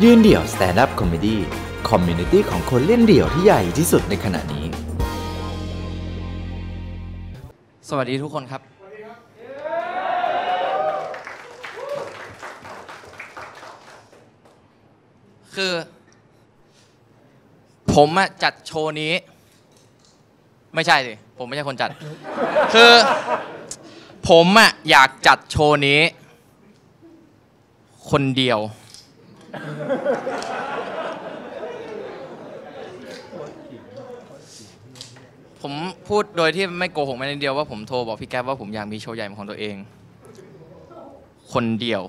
ยืนเดี่ยวสแตนด์อัพคอมเมดี้คอมมูนิตี้ของคนเล่นเดี่ยวที่ใหญ่ที่สุดในขณะนี้สวัสดีทุกคนครับคือผมจัดโชว์นี้ไม่ใช่สิผมไม่ใช่คนจัดคือผมอยากจัดโชว์นี้คนเดียวผมพูดโดยที่ไม่โกหกแม้นิดเดียวว่าผมโทรบอกพี่แก๊ปว่าผมอยากมีโชว์ใหญ่ของตัวเองคนเดียว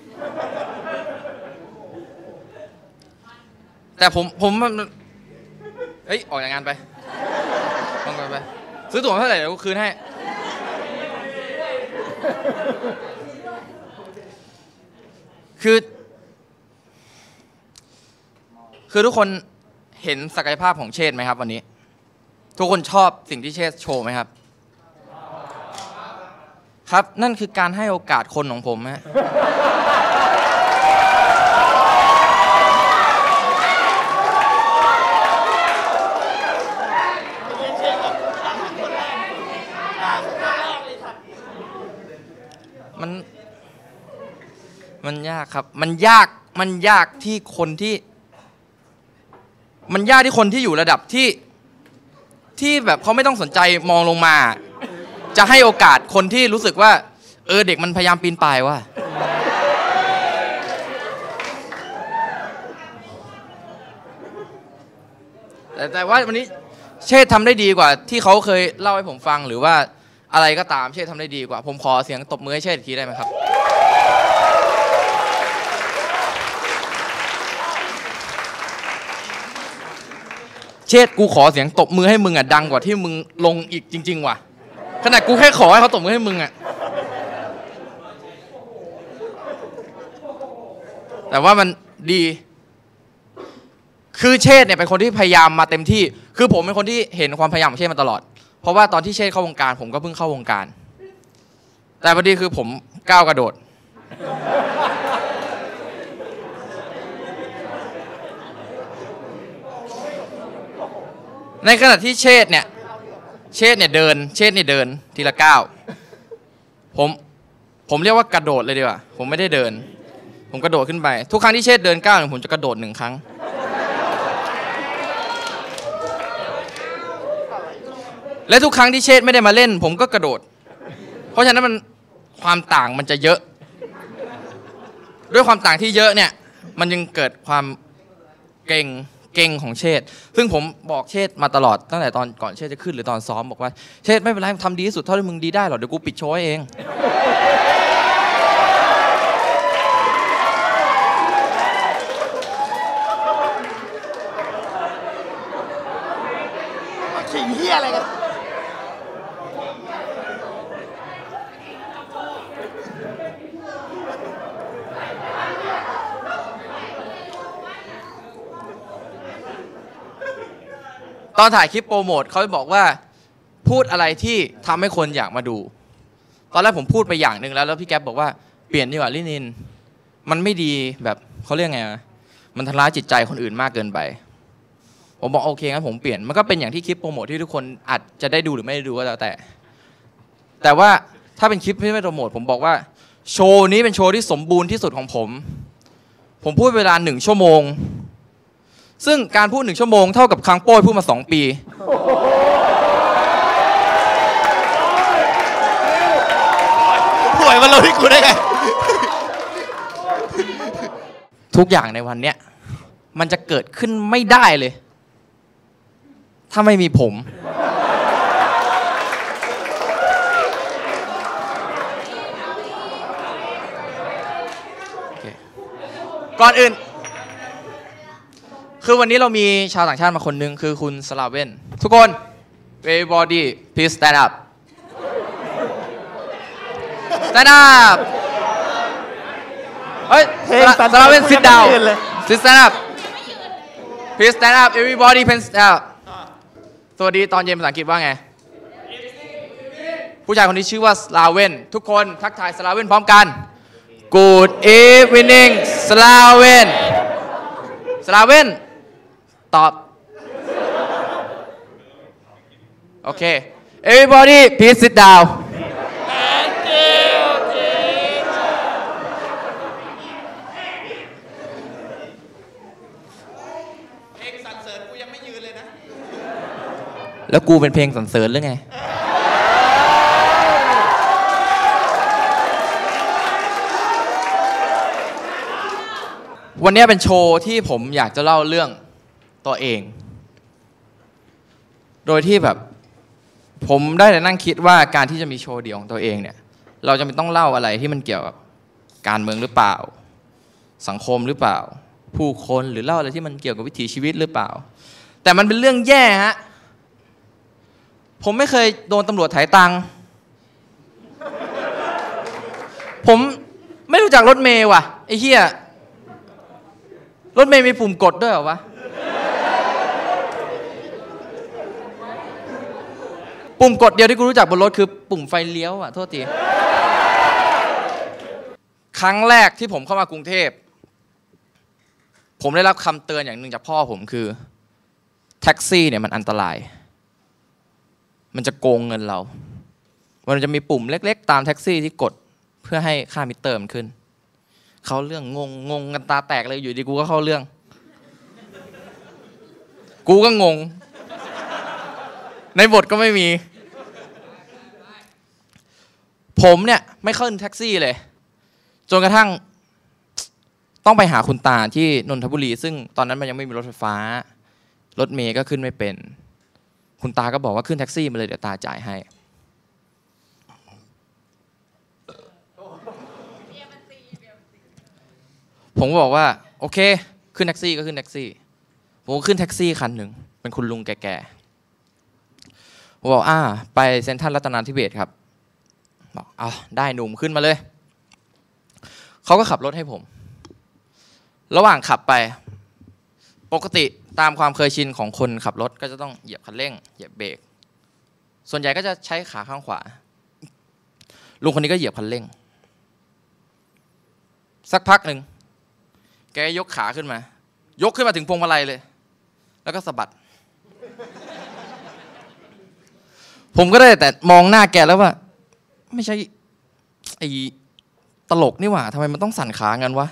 แต่ผมเฮ้ยออกจากงานไปออกไปซื้อตั๋วเท่าไหร่เดี๋ยวกูคืนให้คือทุกคนเห็นศักยภาพของเชษฐ์ไหมครับวันนี้ทุกคนชอบสิ่งที่เชษฐ์โชว์ไหมครับครับนั่นคือการให้โอกาสคนของผมฮะมันยากครับมันยากที่คนที่อยู่ระดับที่แบบเขาไม่ต้องสนใจมองลงมาจะให้โอกาสคนที่รู้สึกว่าเด็กมันพยายามปีนป่ายว่ะแต่ว่าวันนี้เชษฐ์ทำได้ดีกว่าที่เขาเคยเล่าให้ผมฟังหรือว่าอะไรก็ตามเชษฐ์ทำได้ดีกว่าผมขอเสียงตบมือให้เชษฐ์อีกทีได้ไหมครับเชษฐ์กูขอเสียงตบมือให้มึงดังกว่าที่มึงลงอีกจริงๆว่ะขนาดกูแค่ขอให้เขาตบมือให้มึงแต่ว่ามันดีคือเชษฐ์เนี่ยเป็นคนที่พยายามมาเต็มที่คือผมเป็นคนที่เห็นความพยายามของเชษฐ์มาตลอดเพราะว่าตอนที่เชษฐ์เข้าวงการผมก็เพิ่งเข้าวงการแต่พอดีคือผมก้าวกระโดดในขณะที่เชษฐ์เนี่ยเดินทีละก้าวผมเรียกว่ากระโดดเลยดีกว่าผมไม่ได้เดินผมกระโดดขึ้นไปทุกครั้งที่เชษฐ์เดินก้าวหนึ่งผมจะกระโดด1 ครั้งและทุกครั้งที่เชษฐ์ไม่ได้มาเล่นผมก็กระโดดเพราะฉะนั้นความต่างมันจะเยอะด้วยความต่างที่เยอะเนี่ยมันยังเกิดความเก่งของเชษฐ์ซึ่งผมบอกเชษฐ์มาตลอดตั้งแต่ตอนก่อนเชษฐ์จะขึ้นหรือตอนซ้อมบอกว่าเชษฐ์ไม่เป็นไรทำดีที่สุดเท่าที่มึงดีได้หรอกเดี๋ยวกูปิดโชว์เองขิงเหี้ยอะไรกันตอนถ่ายคลิปโปรโมทเขาบอกว่าพูดอะไรที่ทำให้คนอยากมาดูตอนแรกผมพูดไปอย่างหนึ่งแล้วพี่แก๊ปบอกว่าเปลี่ยนดีกว่าลินินมันไม่ดีแบบเขาเรียกไงมันทำร้ายจิตใจคนอื่นมากเกินไปผมบอกโอเคงั้นผมเปลี่ยนมันก็เป็นอย่างที่คลิปโปรโมทที่ทุกคนอาจจะได้ดูหรือไม่ได้ดูก็แล้วแต่ว่าถ้าเป็นคลิปที่ไม่โปรโมทผมบอกว่าโชว์นี้เป็นโชว์ที่สมบูรณ์ที่สุดของผมพูดเวลา1 ชั่วโมงซึ่งการพูด1 ชั่วโมงเท่ากับค้างโป้ยพูดมา2 ปีป่วยมาเลยที่กูได้ไงทุกอย่างในวันเนี้ยมันจะเกิดขึ้นไม่ได้เลยถ้าไม่มีผมก่อนอื่นคือวันนี้เรามีชาวต่างชาติมาคนหนึ่งคือคุณสลาเว่นทุกคน everybody please stand up stand up เฮ้ยสลาเว่น sit down stand up please stand up everybody please stand up สวัสดีตอนเย็นภาษาอังกฤษว่าไง ผู้ชายคนนี้ชื่อว่าสลาเวนทุกคนทักทายสลาเวนพร้อมกัน Good evening สลาเวนสลาเว่นตอบโอเค everybody please sit down เพลงสรรเสริญกูยังไม่ยืนเลยนะแล้วกูเป็นเพลงสรรเสริญหรือไงวันนี้เป็นโชว์ที่ผมอยากจะเล่าเรื่องตัวเองโดยที่แบบผมได้แต่นั่งคิดว่าการที่จะมีโชว์เดี่ยวของตัวเองเนี่ยเราจะไม่ต้องเล่าอะไรที่มันเกี่ยวกับการเมืองหรือเปล่าสังคมหรือเปล่าผู้คนหรือเล่าอะไรที่มันเกี่ยวกับวิถีชีวิตหรือเปล่าแต่มันเป็นเรื่องแย่ฮะผมไม่เคยโดนตำรวจไถตังค์ผมไม่รู้จักรถเมย์ว่ะไอ้เหี้ยรถเมย์มีปุ่มกดด้วยเหรอวะปุ่มกดเดียวที่กูรู้จักบนรถคือปุ่มไฟเลี้ยวอ่ะโทษทีครั้งแรกที่ผมเข้ามากรุงเทพผมได้รับคำเตือนอย่างหนึ่งจากพ่อผมคือแท็กซี่เนี่ยมันอันตรายมันจะโกงเงินเรามันจะมีปุ่มเล็กๆตามแท็กซี่ที่กดเพื่อให้ค่ามิเตอร์มันขึ้นเขาเรื่องงงกันตาแตกเลยอยู่ดีกูก็เข้าเรื่องกูก็งงในบทก็ไม่มีผมเนี่ยไม่ขึ้นแท็กซี่เลยจนกระทั่งต้องไปหาคุณตาที่นนทบุรีซึ่งตอนนั้นมันยังไม่มีรถไฟฟ้ารถเมล์ก็ขึ้นไม่เป็นคุณตาก็บอกว่าขึ้นแท็กซี่มาเลยเดี๋ยวตาจ่ายให้ผมก็บอกว่าโอเคขึ้นแท็กซี่ก็ขึ้นแท็กซี่ผมขึ้นแท็กซี่คันหนึ่งเป็นคุณลุงแก่ๆผมบอกไปเซ็นทรัลรัตนาธิเบศครับบอกได้หนุ่มขึ้นมาเลยเขาก็ขับรถให้ผมระหว่างขับไปปกติตามความเคยชินของคนขับรถก็จะต้องเหยียบคันเร่งเหยียบเบรกส่วนใหญ่ก็จะใช้ขาข้างขวาลุงคนนี้ก็เหยียบคันเร่งสักพักหนึ่งแกยกขาขึ้นมายกขึ้นมาถึงพวงมาลัยเลยแล้วก็สะบัดผมก็ได้แต่มองหน้าแกแล้วว่าไม่ใช่ไอ้ตลกนี่หว่าทำไมมันต้องสั่นขางั้นวะ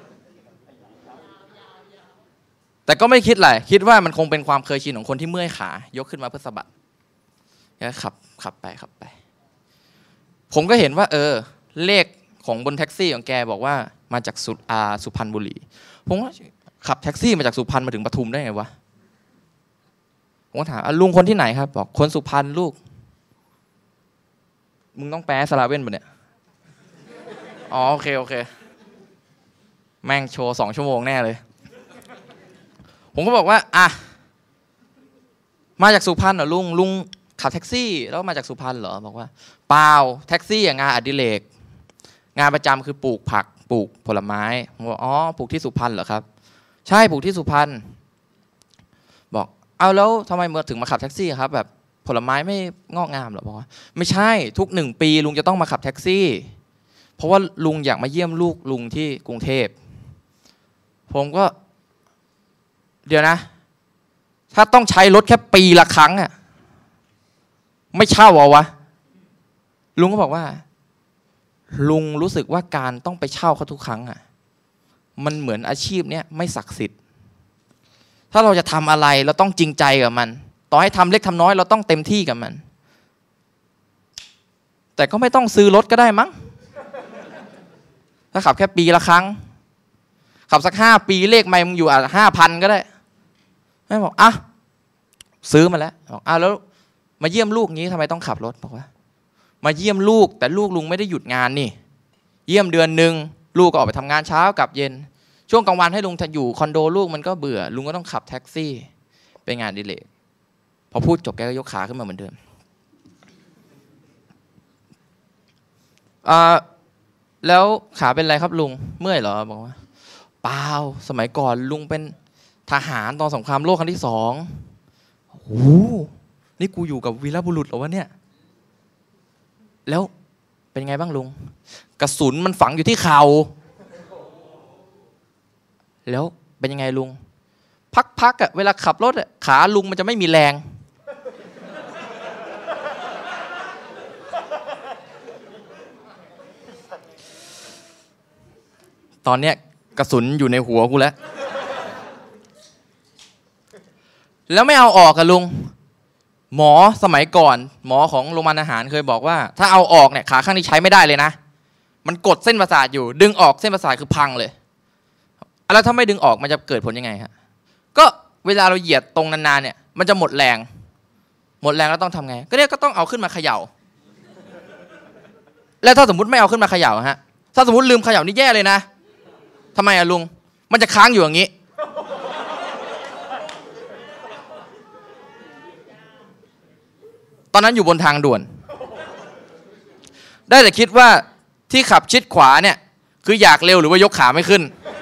แต่ก็ไม่คิดอะไรคิดว่ามันคงเป็นความเคยชินของคนที่เมื่อยขายกขึ้นมาเพื่อสะบัดแล้วขับไปผมก็เห็นว่าเลขของบนแท็กซี่ของแกบอกว่ามาจากสุพรรณบุรีผมก็ขับแท็กซี่มาจากสุพรรณมาถึงปทุมได้ไงวะผมก็ถามลุงคนที่ไหนครับบอกคนสุพรรณลูกมึงต้องแปลสลาเว่นป่ะเนี่ยอ๋อโอเคแม่งโชว์2 ชั่วโมงแน่เลยผมก็บอกว่ามาจากสุพรรณเหรอลุงขับแท็กซี่แล้วมาจากสุพรรณเหรอบอกว่าเปล่าแท็กซี่งานอดิเรกงานประจำคือปลูกผักปลูกผลไม้ผมบอกปลูกที่สุพรรณเหรอครับใช่ปลูกที่สุพรรณบอกเอาแล้วทำไมถึงมาขับแท็กซี่ครับแบบผลไม้ไม่งอกงามเหรอบอกว่าไม่ใช่ทุก1 ปีลุงจะต้องมาขับแท็กซี่เพราะว่าลุงอยากมาเยี่ยมลูกลุงที่กรุงเทพผมก็เดี๋ยวนะถ้าต้องใช้รถแค่ปีละครั้งไม่เช่าเอาวะลุงก็บอกว่าลุงรู้สึกว่าการต้องไปเช่าเขาทุกครั้งมันเหมือนอาชีพเนี้ยไม่ศักดิ์สิทธิ์ถ้าเราจะทำอะไรเราต้องจริงใจกับมันต่อให้ทำเล็กทำน้อยเราต้องเต็มที่กับมันแต่ก็ไม่ต้องซื้อรถก็ได้มั้งถ้าขับแค่ปีละครั้งขับสัก5 ปีเลขไม่มึงอยู่5,000ก็ได้แม่บอกซื้อมาแล้วบอกแล้วมาเยี่ยมลูกงี้ทำไมต้องขับรถบอกว่ามาเยี่ยมลูกแต่ลูกลุงไม่ได้หยุดงานนี่เยี่ยมเดือนนึงลูกก็ออกไปทำงานเช้ากลับเย็นช่วงกลางวันให้ลุงอยู่คอนโดลูกมันก็เบื่อลุงก็ต้องขับแท็กซี่เป็นงานอดิเรกพอพูดจบแกก็ยกขาขึ้นมาเหมือนเดิมแล้วขาเป็นไรครับลุงเมื่อยเหรอบอกว่าเปล่าสมัยก่อนลุงเป็นทหารตอนสงครามโลกครั้งที่2โอ้โหนี่กูอยู่กับวีรบุรุษเหรอวะเนี่ยแล้วเป็นไงบ้างลุงกระสุนมันฝังอยู่ที่เข่าแล้วเป็นยังไงลุงพักๆอ่ะเวลาขับรถอ่ะขาลุงมันจะไม่มีแรงตอนเนี้ยกระสุนอยู่ในหัวกูแล้วไม่เอาออกอะลุงหมอสมัยก่อนหมอของโรงพยาบาลอาหารเคยบอกว่าถ้าเอาออกเนี่ยขาข้างนี้ใช้ไม่ได้เลยนะมันกดเส้นประสาทอยู่ดึงออกเส้นประสาทคือพังเลยแล้วถ้าไม่ดึงออกมันจะเกิดผลยังไงฮะก็เวลาเราเหยียดตรงนานๆเนี่ยมันจะหมดแรงแล้วต้องทำไงก็เนี่ยก็ต้องเอาขึ้นมาเขย่าแล้วถ้าสมมติไม่เอาขึ้นมาเขย่าฮะถ้าสมมติลืมเขย่านี่แย่เลยนะทำไมอะลุงมันจะค้างอยู่อย่างนี้ตอนนั้นอยู่บนทางด่วนได้แต่คิดว่าที่ขับชิดขวาเนี่ยคืออยากเร็วหรือว่ายกขาไม่ขึ้น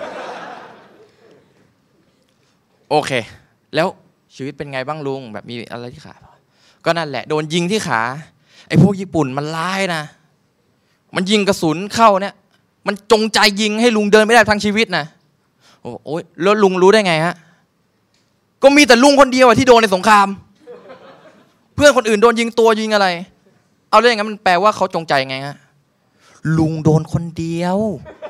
โอเคแล้วชีวิตเป็นไงบ้างลุงแบบมีอะไรที่ขาก็นั่นแหละโดนยิงที่ขาไอ้พวกญี่ปุ่นมันร้ายนะมันยิงกระสุนเข้าเนี่ยมันจงใจยิงให้ลุงเดินไม่ได้ทั้งชีวิตนะโอ้ยแล้วลุงรู้ได้ไงฮะก็มีแต่ลุงคนเดียวที่โดนในสงครามเพื่อนคนอื่นโดนยิงตัวยิงอะไรเอาเรื่องงั้นมันแปลว่าเขาจงใจไงฮะลุงโดนคนเดียว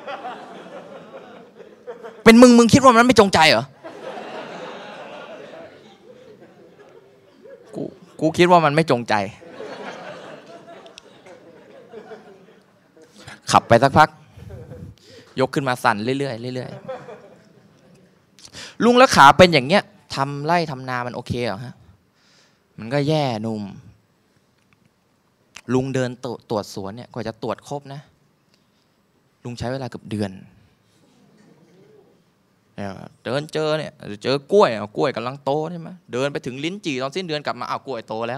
เป็นมึงคิดว่ามันไม่จงใจเหรอกูคิดว่ามันไม่จงใจขับไปสักพักยกขึ้นมาสั่นเรื่อยๆลุงแล้วขาเป็นอย่างเงี้ยทำไร่ทำนามันโอเคเหรอฮะมันก็แย่หนุ่มลุงเดินตรวจสวนเนี่ยกว่าจะตรวจครบนะลุงใช้เวลาเกือบเดือนเดินเจอเนี่ยเจอกล้วยกำลังโตใช่ไหมเดินไปถึงลิ้นจี่ตอนสิ้นเดือนกลับมาอ้าวกล้วยโตแล้ว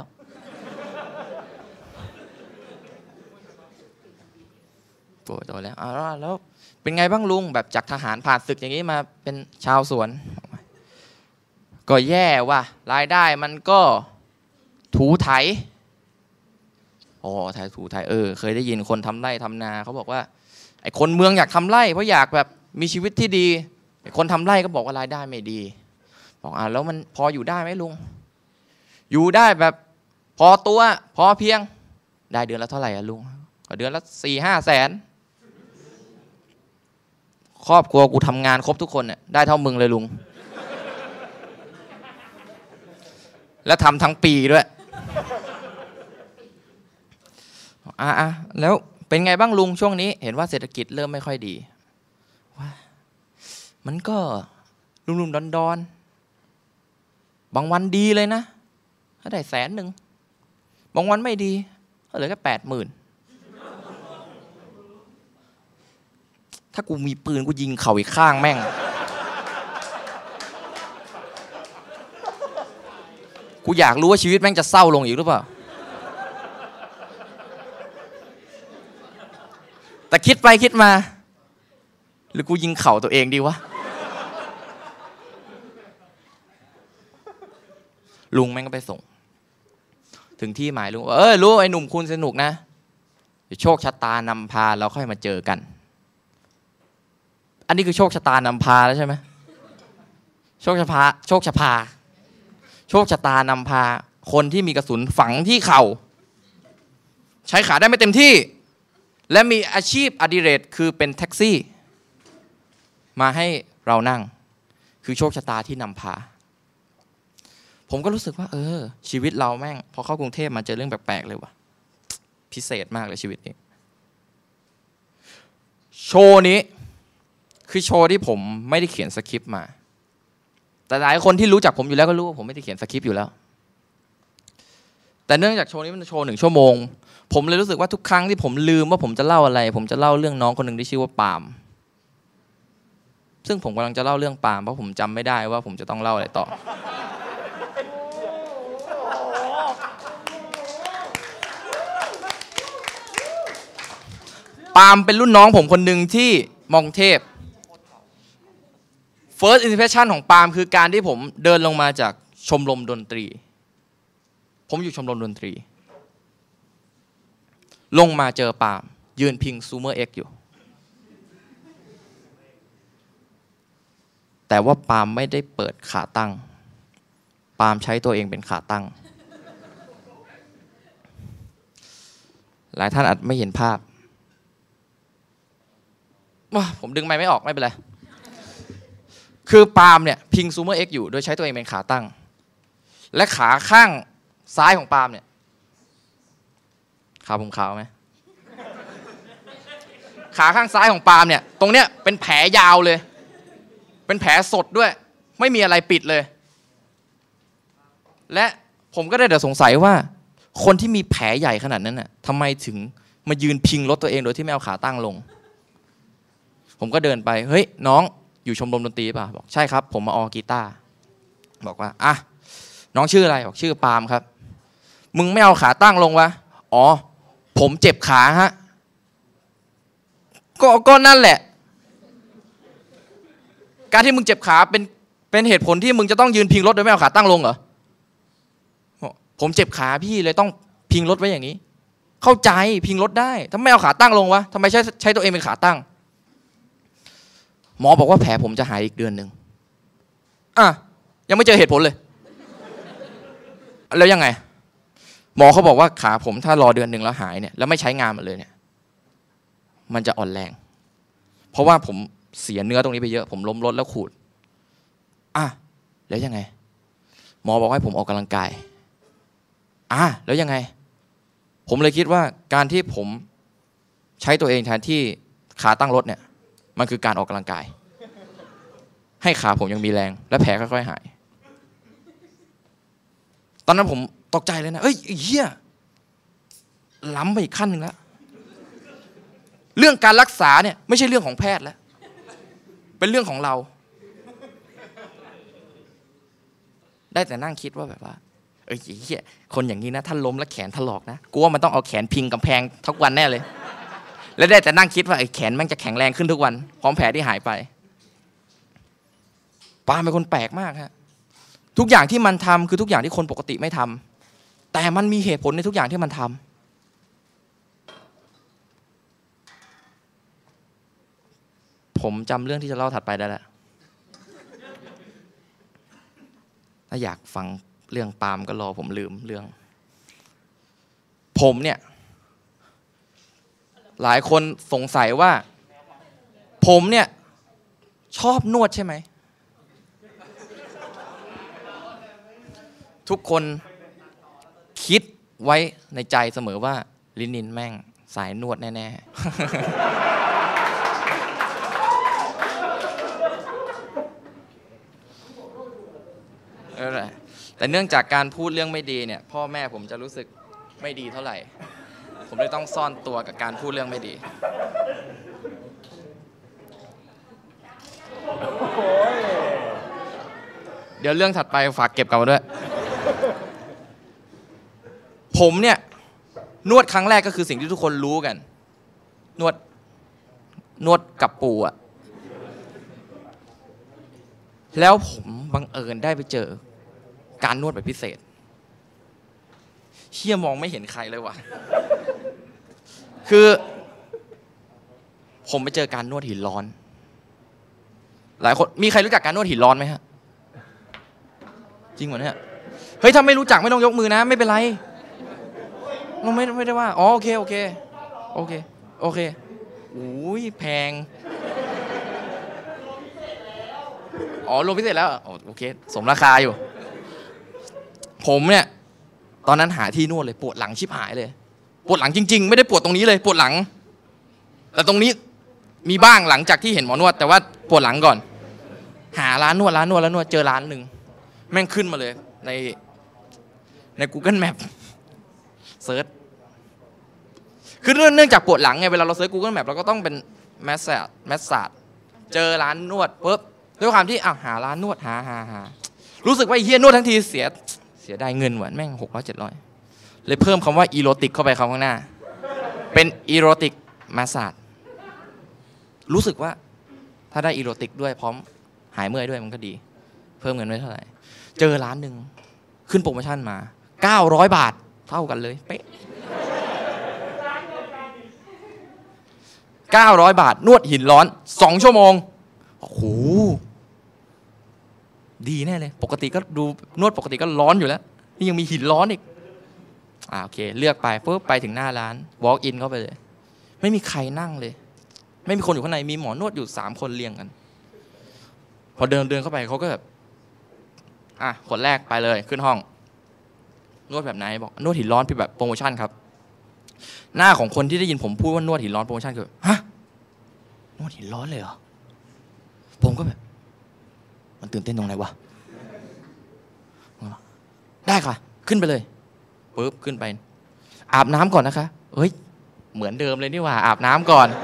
แล้วเป็นไงบ้างลุงแบบจากทหารผ่านศึกอย่างนี้มาเป็นชาวสวนก็แย่ว่ะรายได้มันก็ถูไถถูไถเคยได้ยินคนทำไร่ทำนาเขาบอกว่าไอ้คนเมืองอยากทำไร่เพราะอยากแบบมีชีวิตที่ดีไอ้คนทำไร่ก็บอกว่ารายได้ไม่ดีบอกแล้วมันพออยู่ได้ไหมลุงอยู่ได้แบบพอตัวพอเพียงได้เดือนละเท่าไหร่อะลุงก็เดือนละ4-5 แสนครอบครัวกูทำงานครบทุกคนเนี่ยได้เท่ามึงเลยลุงแล้วทำทั้งปีด้วยแล้วเป็นไงบ้างลุงช่วงนี้เห็นว่าเศรษฐกิจเริ่มไม่ค่อยดีว่ามันก็รุ่มๆดอนๆบางวันดีเลยนะก็ได้100,000บางวันไม่ดีก็เหลือแค่80,000ถ้ากูมีปืนกูยิงเข่าอีกข้างแม่งกูอยากรู้ว่าชีวิตแม่งจะเศร้าลงอีกหรือเปล่าแต่คิดไปคิดมาหรือกูยิงเข่าตัวเองดีวะลุงแม่งก็ไปส่งถึงที่หมายลุงรู้ไอ้หนุ่มคุณสนุกนะโชคชะตานำพาเราค่อยมาเจอกันอันนี้คือโชคชะตานำพาแล้วใช่ไหมโชคชะตานำพาคนที่มีกระสุนฝังที่เข่าใช้ขาได้ไม่เต็มที่และมีอาชีพอดิเรกคือเป็นแท็กซี่มาให้เรานั่งคือโชคชะตาที่นำพาผมก็รู้สึกว่าชีวิตเราแม่งพอเข้ากรุงเทพมาเจอเรื่องแปลกๆเลยว่ะพิเศษมากเลยชีวิตนี้โชว์นี้คือโชว์ที่ผมไม่ได้เขียนสคริปต์มาแต่หลายคนที่รู้จักผมอยู่แล้วก็รู้ว่าผมไม่ได้เขียนสคริปต์อยู่แล้วแต่เนื่องจากโชว์นี้มันโชว์1 ชั่วโมงผมเลยรู้สึกว่าทุกครั้งที่ผมลืมว่าผมจะเล่าอะไรผมจะเล่าเรื่องน้องคนหนึ่งที่ชื่อว่าปาล์มซึ่งผมกำลังจะเล่าเรื่องปาล์มเพราะผมจำไม่ได้ว่าผมจะต้องเล่าอะไรต่อปาล์มเป็นรุ่นน้องผมคนหนึ่งที่มอกรุงเทพ First impression ของปาล์มคือการที่ผมเดินลงมาจากชมรมดนตรีผมอยู่ชมรมดนตรีลงมาเจอปาล์มยืนพิงซูเมอร์เอ็กอยู่แต่ว่าปาล์มไม่ได้เปิดขาตั้งปาล์มใช้ตัวเองเป็นขาตั้งหลายท่านอาจไม่เห็นภาพผมดึงไมค์ไม่ออกไม่เป็นไรคือปาล์มเนี่ยพิงซูเมอร์เอ็กอยู่โดยใช้ตัวเองเป็นขาตั้งและขาข้างซ้ายของปาล์มเนี่ยขาผมขาวไหมขาข้างซ้ายของปาล์มเนี่ยตรงเนี้ยเป็นแผลยาวเลยเป็นแผลสดด้วยไม่มีอะไรปิดเลยและผมก็ได้แต่สงสัยว่าคนที่มีแผลใหญ่ขนาดนั้นน่ะทำไมถึงมายืนพิงรถตัวเองโดยที่ไม่เอาขาตั้งลงผมก็เดินไปเฮ้ยน้องอยู่ชมรมดนตรีป่ะบอกใช่ครับผมมาออกีตาร์บอกว่าอ่ะน้องชื่ออะไรบอกชื่อปาล์มครับมึงไม่เอาขาตั้งลงวะอ๋อผมเจ็บขาฮะก็นั่นแหละการที่มึงเจ็บขาเป็นเหตุผลที่มึงจะต้องยืนพิงรถโดยไม่เอาขาตั้งลงเหรอผมเจ็บขาพี่เลยต้องพิงรถไว้อย่างนี้เข้าใจพิงรถได้ทำไมเอาขาตั้งลงวะทำไมใช้ตัวเองเป็นขาตั้งหมอบอกว่าแผลผมจะหายอีกเดือนหนึ่งยังไม่เจอเหตุผลเลยแล้วยังไงหมอเขาบอกว่าขาผมถ้ารอเดือนหนึ่งแล้วหายเนี่ยแล้วไม่ใช้งานมันเลยเนี่ยมันจะอ่อนแรงเพราะว่าผมเสียเนื้อตรงนี้ไปเยอะผมล้มรถแล้วขูดแล้วยังไงหมอบอกให้ผมออกกำลังกายแล้วยังไงผมเลยคิดว่าการที่ผมใช้ตัวเองแทนที่ขาตั้งรถเนี่ยมันคือการออกกำลังกายให้ขาผมยังมีแรงและแผลค่อยๆหายตอนนั้นผมตกใจเลยนะเฮียล้ำไปอีกขั้นหนึ่งแล้วเรื่องการรักษาเนี่ยไม่ใช่เรื่องของแพทย์แล้วเป็นเรื่องของเราได้แต่นั่งคิดว่าแบบว่าเฮียคนอย่างนี้นะถ้าล้มแล้วแขนถลอกนะกูว่ามันต้องเอาแขนพิงกำแพงทุกวันแน่เลยและได้แต่นั่งคิดว่าแขนมันจะแข็งแรงขึ้นทุกวันพร้อมแผลที่หายไปปาล์มเป็นคนแปลกมากฮะทุกอย่างที่มันทำคือทุกอย่างที่คนปกติไม่ทำแต่มันมีเหตุผลในทุกอย่างที่มันทำผมจำเรื่องที่จะเล่าถัดไปได้แล้วถ้าอยากฟังเรื่องปาล์มก็รอผมลืมเรื่องผมเนี่ยหลายคนสงสัยว่าผมเนี่ยชอบนวดใช่ไหมทุกคนคิดไว้ในใจเสมอว่าลินินแม่งสายนวดแน่ๆแต่เนื่องจากการพูดเรื่องไม่ดีเนี่ยพ่อแม่ผมจะรู้สึกไม่ดีเท่าไหร่ผมเลยต้องซ่อนตัวกับการพูดเรื่องไม่ดีเดี๋ยวเรื่องถัดไปฝากเก็บกลับมาด้วยผมเนี่ยนวดครั้งแรกก็คือสิ่งที่ทุกคนรู้กันนวดกับปู่อะแล้วผมบังเอิญได้ไปเจอการนวดแบบพิเศษเชี่ยมองไม่เห็นใครเลยว่ะคือผมไปเจอการนวดหินร้อนหลายคนมีใครรู้จักการนวดหินร้อนไหมฮะจริงเหรอเนี่ยเฮ้ยถ้าไม่รู้จักไม่ต้องยกมือนะไม่เป็นไรเราไม่ได้ว่าโอเคอุ้ยแพงรวมพิเศษแล้วโอเคสมราคาอยู่ผมเนี่ยตอนนั้นหาที่นวดเลยปวดหลังชิบหายเลยปวดหลังจริงๆไม่ได้ปวดตรงนี้เลยปวดหลังแต่ตรงนี้มีบ้างหลังจากที่เห็นหมอนวดแต่ว่าปวดหลังก่อนหาร้านนวดแล้วนวดเจอร้านหนึ่งแม่งขึ้นมาเลยใน Google Map เซิร์ชคือเนื่องจากปวดหลังไงเวลาเราเซิร์ช Google Map เราก็ต้องเป็นแมสซาจเจอร้านนวดปุ๊บด้วยความที่หาร้านนวดหารู้สึกว่าเฮียนวดทั้งทีเสียได้เงินหวานแม่ง600-700เลยเพิ่มคำว่าอีโรติกเข้าไปข้างหน้าเป็นอีโรติกแมสซาจรู้สึกว่าถ้าได้อีโรติกด้วยพร้อมหายเมื่อยด้วยมันก็ดีเพิ่มเงินไว้เท่าไหร่เจอร้านหนึ่งขึ้นโปรโมชั่นมา900 บาทเท่ากันเลยเป๊ะ900 บาทนวดหินร้อน2 ชั่วโมงโอ้โหดีแน่เลยปกติก็ดูนวดปกติก็ร้อนอยู่แล้วนี่ยังมีหินร้อนอีกโอเคเลือกไปปุ๊บไปถึงหน้าร้าน walk in เข้าไปเลยไม่มีใครนั่งเลยไม่มีคนอยู่ข้างในมีหมอนวดอยู่3 คนเรียงกันพอเดินเข้าไปเขาก็แบบคนแรกไปเลยขึ้นห้องนวดแบบไหนบอกนวดหินร้อนพี่แบบโปรโมชั่นครับหน้าของคนที่ได้ยินผมพูดว่านวดหินร้อนโปรโมชั่นคือฮะนวดหินร้อนเลยเหรอผมก็แบบมันตื่นเต้นตรงไหนวะได้ค่ะขึ้นไปเลยปุ๊บขึ้นไปอาบน้ำก่อนนะคะเฮ้ยเหมือนเดิมเลยนี่หว่าอาบน้ำก่อน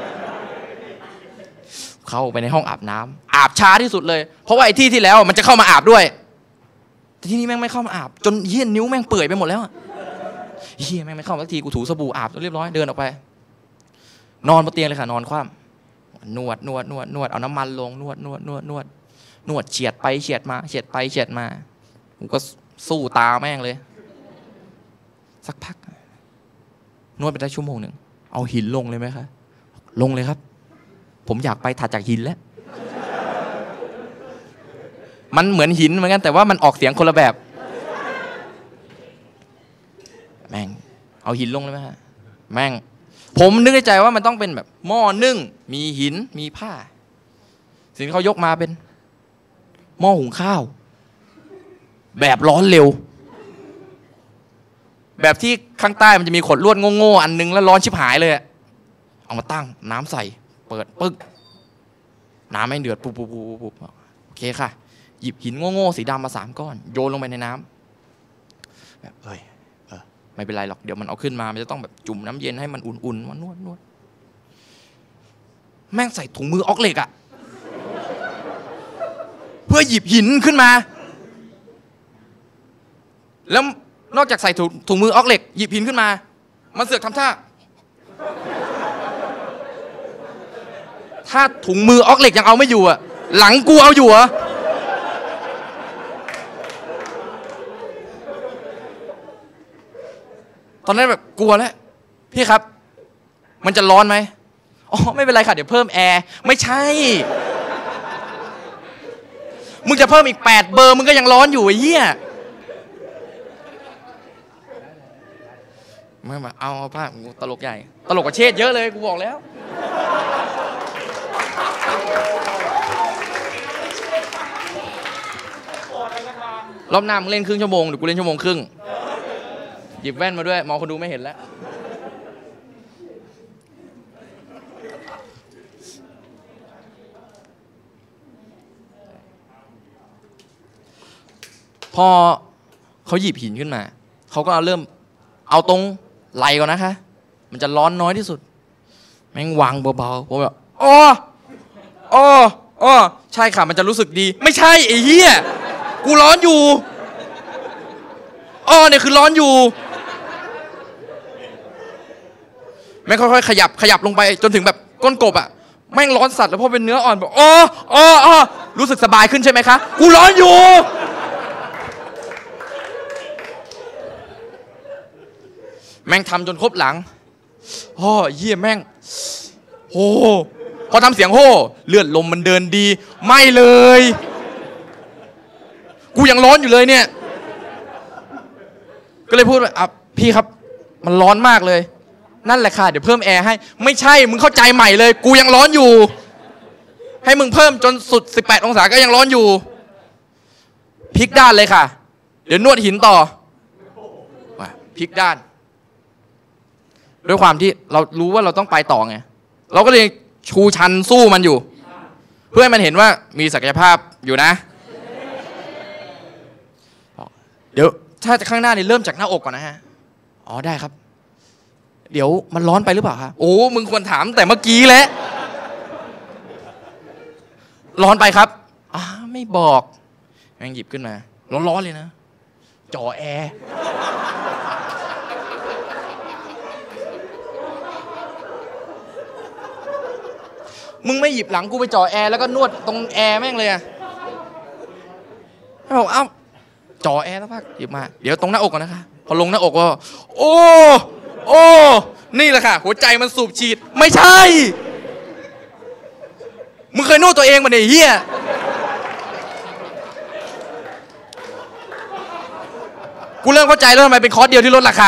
เข้าไปในห้องอาบน้ำอาบช้าที่สุดเลยเพราะว่าไอ้ที่แล้วมันจะเข้ามาอาบด้วยแต่ที่นี่แม่งไม่เข้ามาอาบจนเหี้ยนิ้วแม่งเปื่อยไปหมดแล้วเหี้ยแม่งไม่เข้ามาสักทีกูถูสบู่อาบเรียบร้อยเดินออกไปนอนบนเตียงเลยค่ะนอนคว่ำนวดเอาน้ำมันลงนวดเฉียดไปเฉียดมากูก็สู้ตาแม่งเลยสักพักนวดไปได้1 ชั่วโมงเอาหินลงเลยไหมคะลงเลยครับผมอยากไปถัดจากหินแล้วมันเหมือนหินเหมือนกันแต่ว่ามันออกเสียงคนละแบบแม่งเอาหินลงเลยไหมฮะแม่งผมนึกในใจว่ามันต้องเป็นแบบหม้อนึ่งมีหินมีผ้าสิ่งที่เขายกมาเป็นหม้อหุงข้าวแบบร้อนเร็วแบบที่ข้างใต้มันจะมีขดลวดโง่ๆอันนึงแล้วร้อนชิบหายเลยเอามาตั้งน้ำใส่เปิดปึ๊กน้ำไม่เดือดปุ๊บโอเคค่ะหยิบหินโง่ๆสีดำมา3 ก้อนโยนลงไปในน้ำแบบไม่เป็นไรหรอกเดี๋ยวมันเอาขึ้นมามันจะต้องแบบจุ่มน้ำเย็นให้มันอุ่นๆมานวดแม่งใส่ถุงมือออกเหล็กอะเพื่อหยิบหินขึ้นมาแล้วนอกจากใส่ถุงมือออกเหล็กหยิบหินขึ้นมามันเสือกทำท่าถ้าถุงมือออกเหล็กยังเอาไม่อยู่อะหลังกูเอาอยู่เหรอตอนนั้นแบบกลัวแล้วพี่ครับมันจะร้อนไหมอ๋อไม่เป็นไรค่ะเดี๋ยวเพิ่มแอร์ไม่ใช่มึงจะเพิ่มอีก8 เบอร์มึงก็ยังร้อนอยู่ไอ้เหี้ยไม่มาเอาผ้าตลกใหญ่ตลกกว่าเชษเยอะเลยกูบอกแล้วรอบหน้ามึงเล่นครึ่งชั่วโมงเดี๋ยวกูเล่น1 ชั่วโมงครึ่งหยิบแว่นมาด้วยมองคนดูไม่เห็นแล้วพอเขาหยิบหินขึ้นมาเขาก็เริ่มเอาตรงไหล่ก่อนนะคะมันจะร้อนน้อยที่สุดแม่งวางเบาๆผมแบบอ๋อใช่ค่ะมันจะรู้สึกดีไม่ใช่ไอ้เหี้ยกูร้อนอยู่เนี่ยคือร้อนอยู่แม่งค่อยๆขยับลงไปจนถึงแบบก้นกบอ่ะแม่งร้อนสัตว์แล้วพอเป็นเนื้ออ่อนแบบรู้สึกสบายขึ้นใช่ไหมคะกูร้อนอยู่แม่งทำจนครบหลังเยี่ยแม่งพอทำเสียงเลือดลมมันเดินดีไม่เลยกูยังร้อนอยู่เลยเนี่ยก็เลยพูดว่าพี่ครับมันร้อนมากเลยนั่นแหละค่ะเดี๋ยวเพิ่มแอร์ให้ไม่ใช่มึงเข้าใจใหม่เลยกูยังร้อนอยู่ให้มึงเพิ่มจนสุด18 องศาก็ยังร้อนอยู่พลิกด้านเลยค่ะเดี๋ยวนวดหินต่อพลิกด้านด้วยความที่เรารู้ว่าเราต้องไปต่อไงเราก็เลยชูชันสู้มันอยู่เพื่อให้มันเห็นว่ามีศักยภาพอยู่นะเดี๋ยวถ้าข้างหน้านี่เริ่มจากหน้าอกก่อนนะฮะได้ครับเดี๋ยวมันร้อนไปหรือเปล่าคะมึงควรถามแต่เมื่อกี้แหละร้อนไปครับไม่บอกแม่งหยิบขึ้นมาร้อนๆเลยนะจ่อแอร์มึงไม่หยิบหลังกูไปจ่อแอร์แล้วก็นวดตรงแอร์แม่งเลยบอกจ่อแอร์แล้วพักหยิบมาเดี๋ยวตรงหน้าอกก่อนนะคะพอลงหน้าอกก็นี่แหละค่ะหัวใจมันสูบฉีดไม่ใช่มึงเคยนวดตัวเองมาเนี่ยเฮียกูเริ่มเข้าใจแล้วทำไมเป็นคอร์สเดียวที่ลดราคา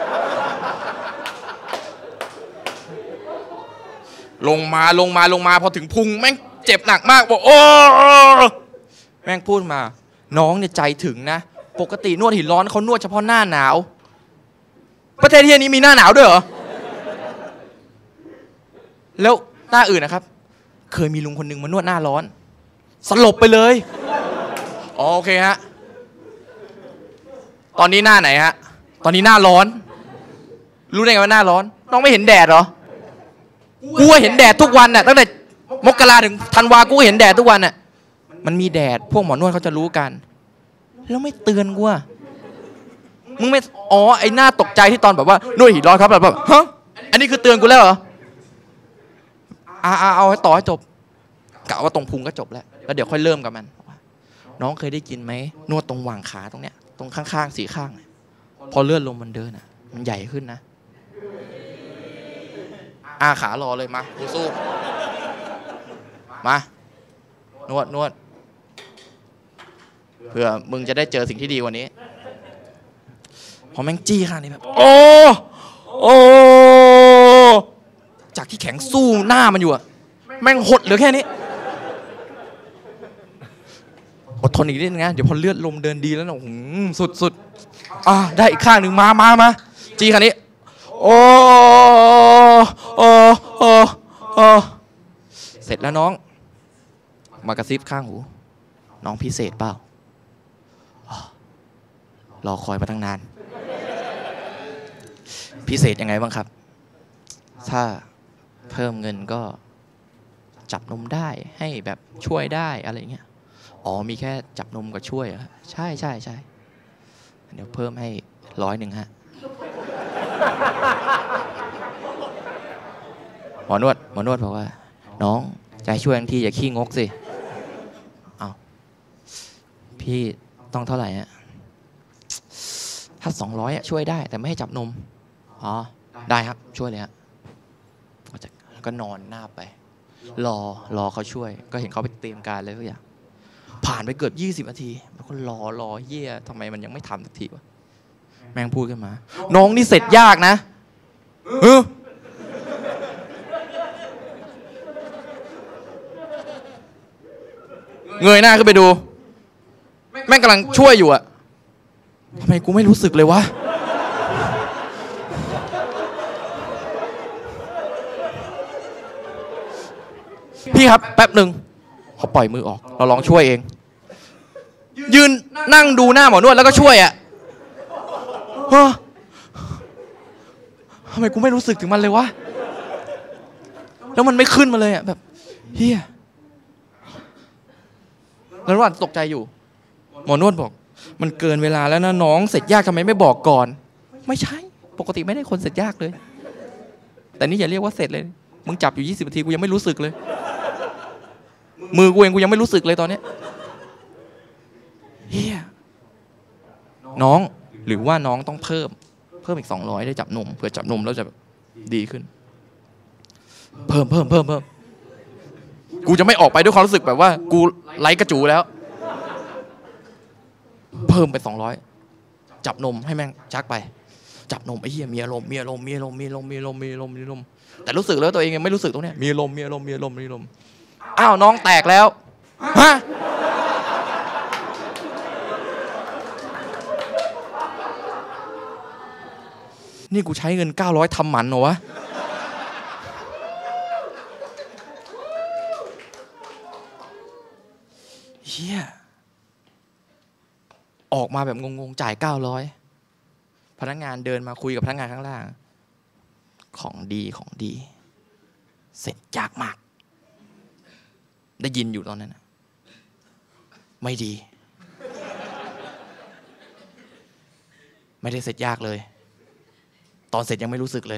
ลงมาพอถึงพุงแม่งเจ็บหนักมากบอกโอ้แม่งพูดมาน้องเนี่ยใจถึงนะปกตินวดหินร้อนเขานวดเฉพาะหน้าหนาวประเทศที่นี้มีหน้าหนาวด้วยเหรอแล้วหน้าอื่นนะครับเคยมีลุงคนหนึ่งมานวดหน้าร้อนสลบไปเลยอ๋อโอเคฮะตอนนี้หน้าไหนฮะตอนนี้หน้าร้อนรู้ได้ไงว่าหน้าร้อนน้องไม่เห็นแดดเหรอกูเห็นแดดทุกวันน่ะตั้งแต่มกราถึงธันวากูเห็นแดดทุกวันน่ะมันมีแดดพวกหมอนวดเขาจะรู้กันแล้วไม่เตือนกูอ่ะมึงไม่อ๋อไอ้หน้าตกใจที่ตอนแบบว่านวดหินร้อนครับแบบฮะอันนี้คือเตือนกูแล้วเหรอเอาให้ต่อให้จบกะว่าตรงพุงก็จบแล้วเดี๋ยวค่อยเริ่มกับมันน้องเคยได้กินไหมนวดตรงหว่างขาตรงเนี้ยตรงข้างๆสี่ข้างพอเลื่อนลมมันเดินอ่ะมันใหญ่ขึ้นนะขารอเลยมาสู้มานวดเพื่อมึงจะได้เจอสิ่งที่ดีกว่านี้พอแม่งจี้ข้างนี้แบบโอ้จากที่แข็งสู้หน้ามันอยู่อะแม่งหดเหลือแค่นี้อดทนอีกนิดนึงนะเดี๋ยวพอเลือดลมเดินดีแล้วนะสุดได้อีกข้างหนึ่งมาจี้ข้างนี้โอ้เสร็จแล้วน้องมากระซิบข้างหูน้องพิเศษเปล่ารอคอยมาตั้งนานพิเศษยังไงบ้างครับถ้าเพิ่มเงินก็จับนมได้ให้แบบช่วยได้อะไรเงี้ยอ๋อมีแค่จับนมกับช่วยเหรอใช่เดี๋ยวเพิ่มให้100ฮะหมอนวดบอกว่าน้องจะช่วยทันทีอย่าขี้งกสิเอาพี่ต้องเท่าไหร่ฮะถ้า200ช่วยได้แต่ไม่ให้จับนมอ๋อได้ครับช่วยเลยฮะแล้วก็นอนหน้าไปรอเขาช่วยก็เห็นเขาไปเตรียมการเลยทุกอย่างผ่านไปเกือบ20นาทีแล้วก็รอเหี้ยทำไมมันยังไม่ทำสักทีวะแม่งพูดขึ้นมาน้องนี่เสร็จยากนะเงยหน้าขึ้นไปดูแม่งกำลังช่วยอยู่อะทำไมกูไม่รู้สึกเลยวะพี่ครับแป๊บหนึ่งเขาปล่อยมือออกเราลองช่วยเองยืนนั่งดูหน้าหมอนวดแล้วก็ช่วยอะทำไมกูไม่รู้สึกถึงมันเลยวะแล้วมันไม่ขึ้นมาเลยอะแบบเฮียแล้วระหว่างตกใจอยู่หมอนวดบอกมันเกินเวลาแล้วนะน้องเสร็จยากทำไมไม่บอกก่อนไม่ใช่ปกติไม่ได้คนเสร็จยากเลยแต่นี่อย่าเรียกว่าเสร็จเลยมึงจับอยู่20นาทีกูยังไม่รู้สึกเลยมือกูเองกูยังไม่รู้สึกเลยตอนนี้เฮียน้องหรือว่าน้องต้องเพิ่มอีก200ได้จับนมเพื่อจับนมแล้วจะดีขึ้นเพิ่มกูจะไม่ออกไปด้วยความรู้สึกแบบว่ากูไร้กระจูแล้วเพิ่มไป200จับนมให้แม่งชักไปจับนมไอ้เหี้ยมีอารมณ์แต่รู้สึกแล้วตัวเองยังไม่รู้สึกตรงเนี้ยมีอารมณ์อ้าวน้องแตกแล้วฮะนี่กูใช้เงิน900ทำหมันเหรอวะเฮียออกมาแบบงงๆจ่าย900พนักงานเดินมาคุยกับพนักงานข้างล่างของดีเสร็จยากมากได้ยินอยู่ตอนนั้นไม่ดีไม่ได้เสร็จยากเลยตอนเสร็จยังไม่รู้สึกเลย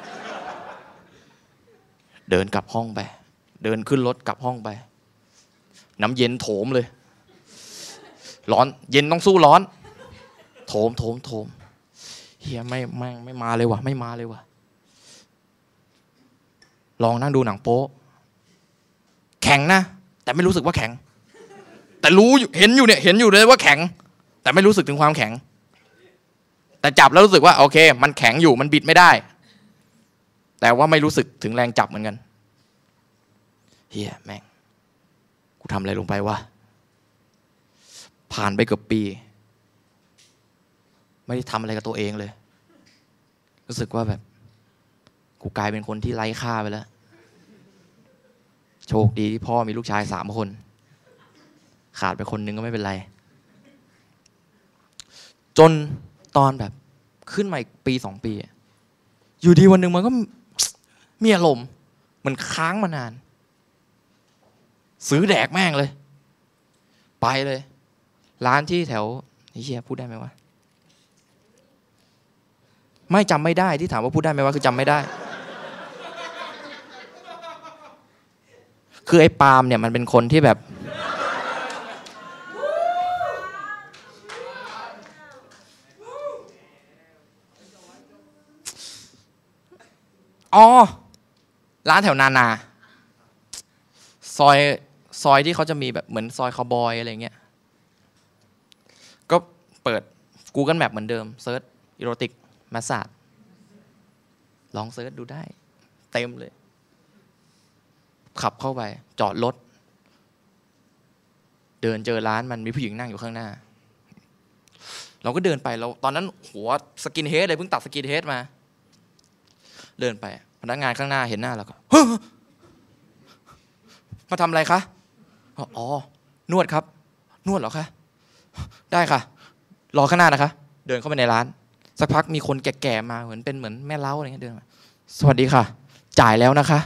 เดินกลับห้องไปเดินขึ้นรถกลับห้องไปน้ำเย็นโถมเลยร้อนเย็นต้องสู้ร้อนโถมเฮียไม่มาเลยว่ะลองนั่งดูหนังโป๊แข็งนะแต่ไม่รู้สึกว่าแข็งแต่รู้อยู่เห็นอยู่เลยว่าแข็งแต่ไม่รู้สึกถึงความแข็งแต่จับแล้วรู้สึกว่าโอเคมันแข็งอยู่มันบิดไม่ได้แต่ว่าไม่รู้สึกถึงแรงจับเหมือนกันเฮียแม่งกูทำอะไรลงไปวะผ่านไปเกือบปีไม่ได้ทำอะไรกับตัวเองเลยรู้สึกว่าแบบกูกลายเป็นคนที่ไร้ค่าไปแล้วโชคดีที่พ่อมีลูกชาย3 คนขาดไปคนนึงก็ไม่เป็นไรจนตอนแบบขึ้นมาอีกปี2 ปีอยู่ดีวันหนึ่งมันก็มีอารมณ์มันค้างมานานซื้อแดกแม่งเลยไปเลยร้านที่แถวนี่เชียพูดได้ไหมวะไม่จำไม่ได้ที่ถามว่าพูดได้ไหมวะคือจำไม่ได้คือไอ้ปาล์มเนี่ยมันเป็นคนที่แบบอ๋อร้านแถวนาซอยที่เขาจะมีแบบเหมือนซอยคาวบอยอะไรเงี้ยก็เปิด Google Map เหมือนเดิมเซิร์ชอีโรติกแมสซาจลองเซิร์ชดูได้เต็มเลยขับเข้าไปจอดรถเดินเจอร้านมันมีผู้หญิงนั่งอยู่ข้างหน้าเราก็เดินไปเราตอนนั้นหัวสกินเฮดเลยเพิ่งตัดสกินเฮดมาเดินไปพนักงานข้างหน้าเห็นหน้าเราก็มาทำอะไรคะอ๋อนวดครับนวดเหรอคะได้ค่ะรอข้างหน้านะคะเดินเข้าไปในร้านสักพักมีคนแก่ๆมาเหมือนแม่เล้าอะไรเงี้ยเดินมาสวัสดีค่ะจ่ายแล้วนะคะ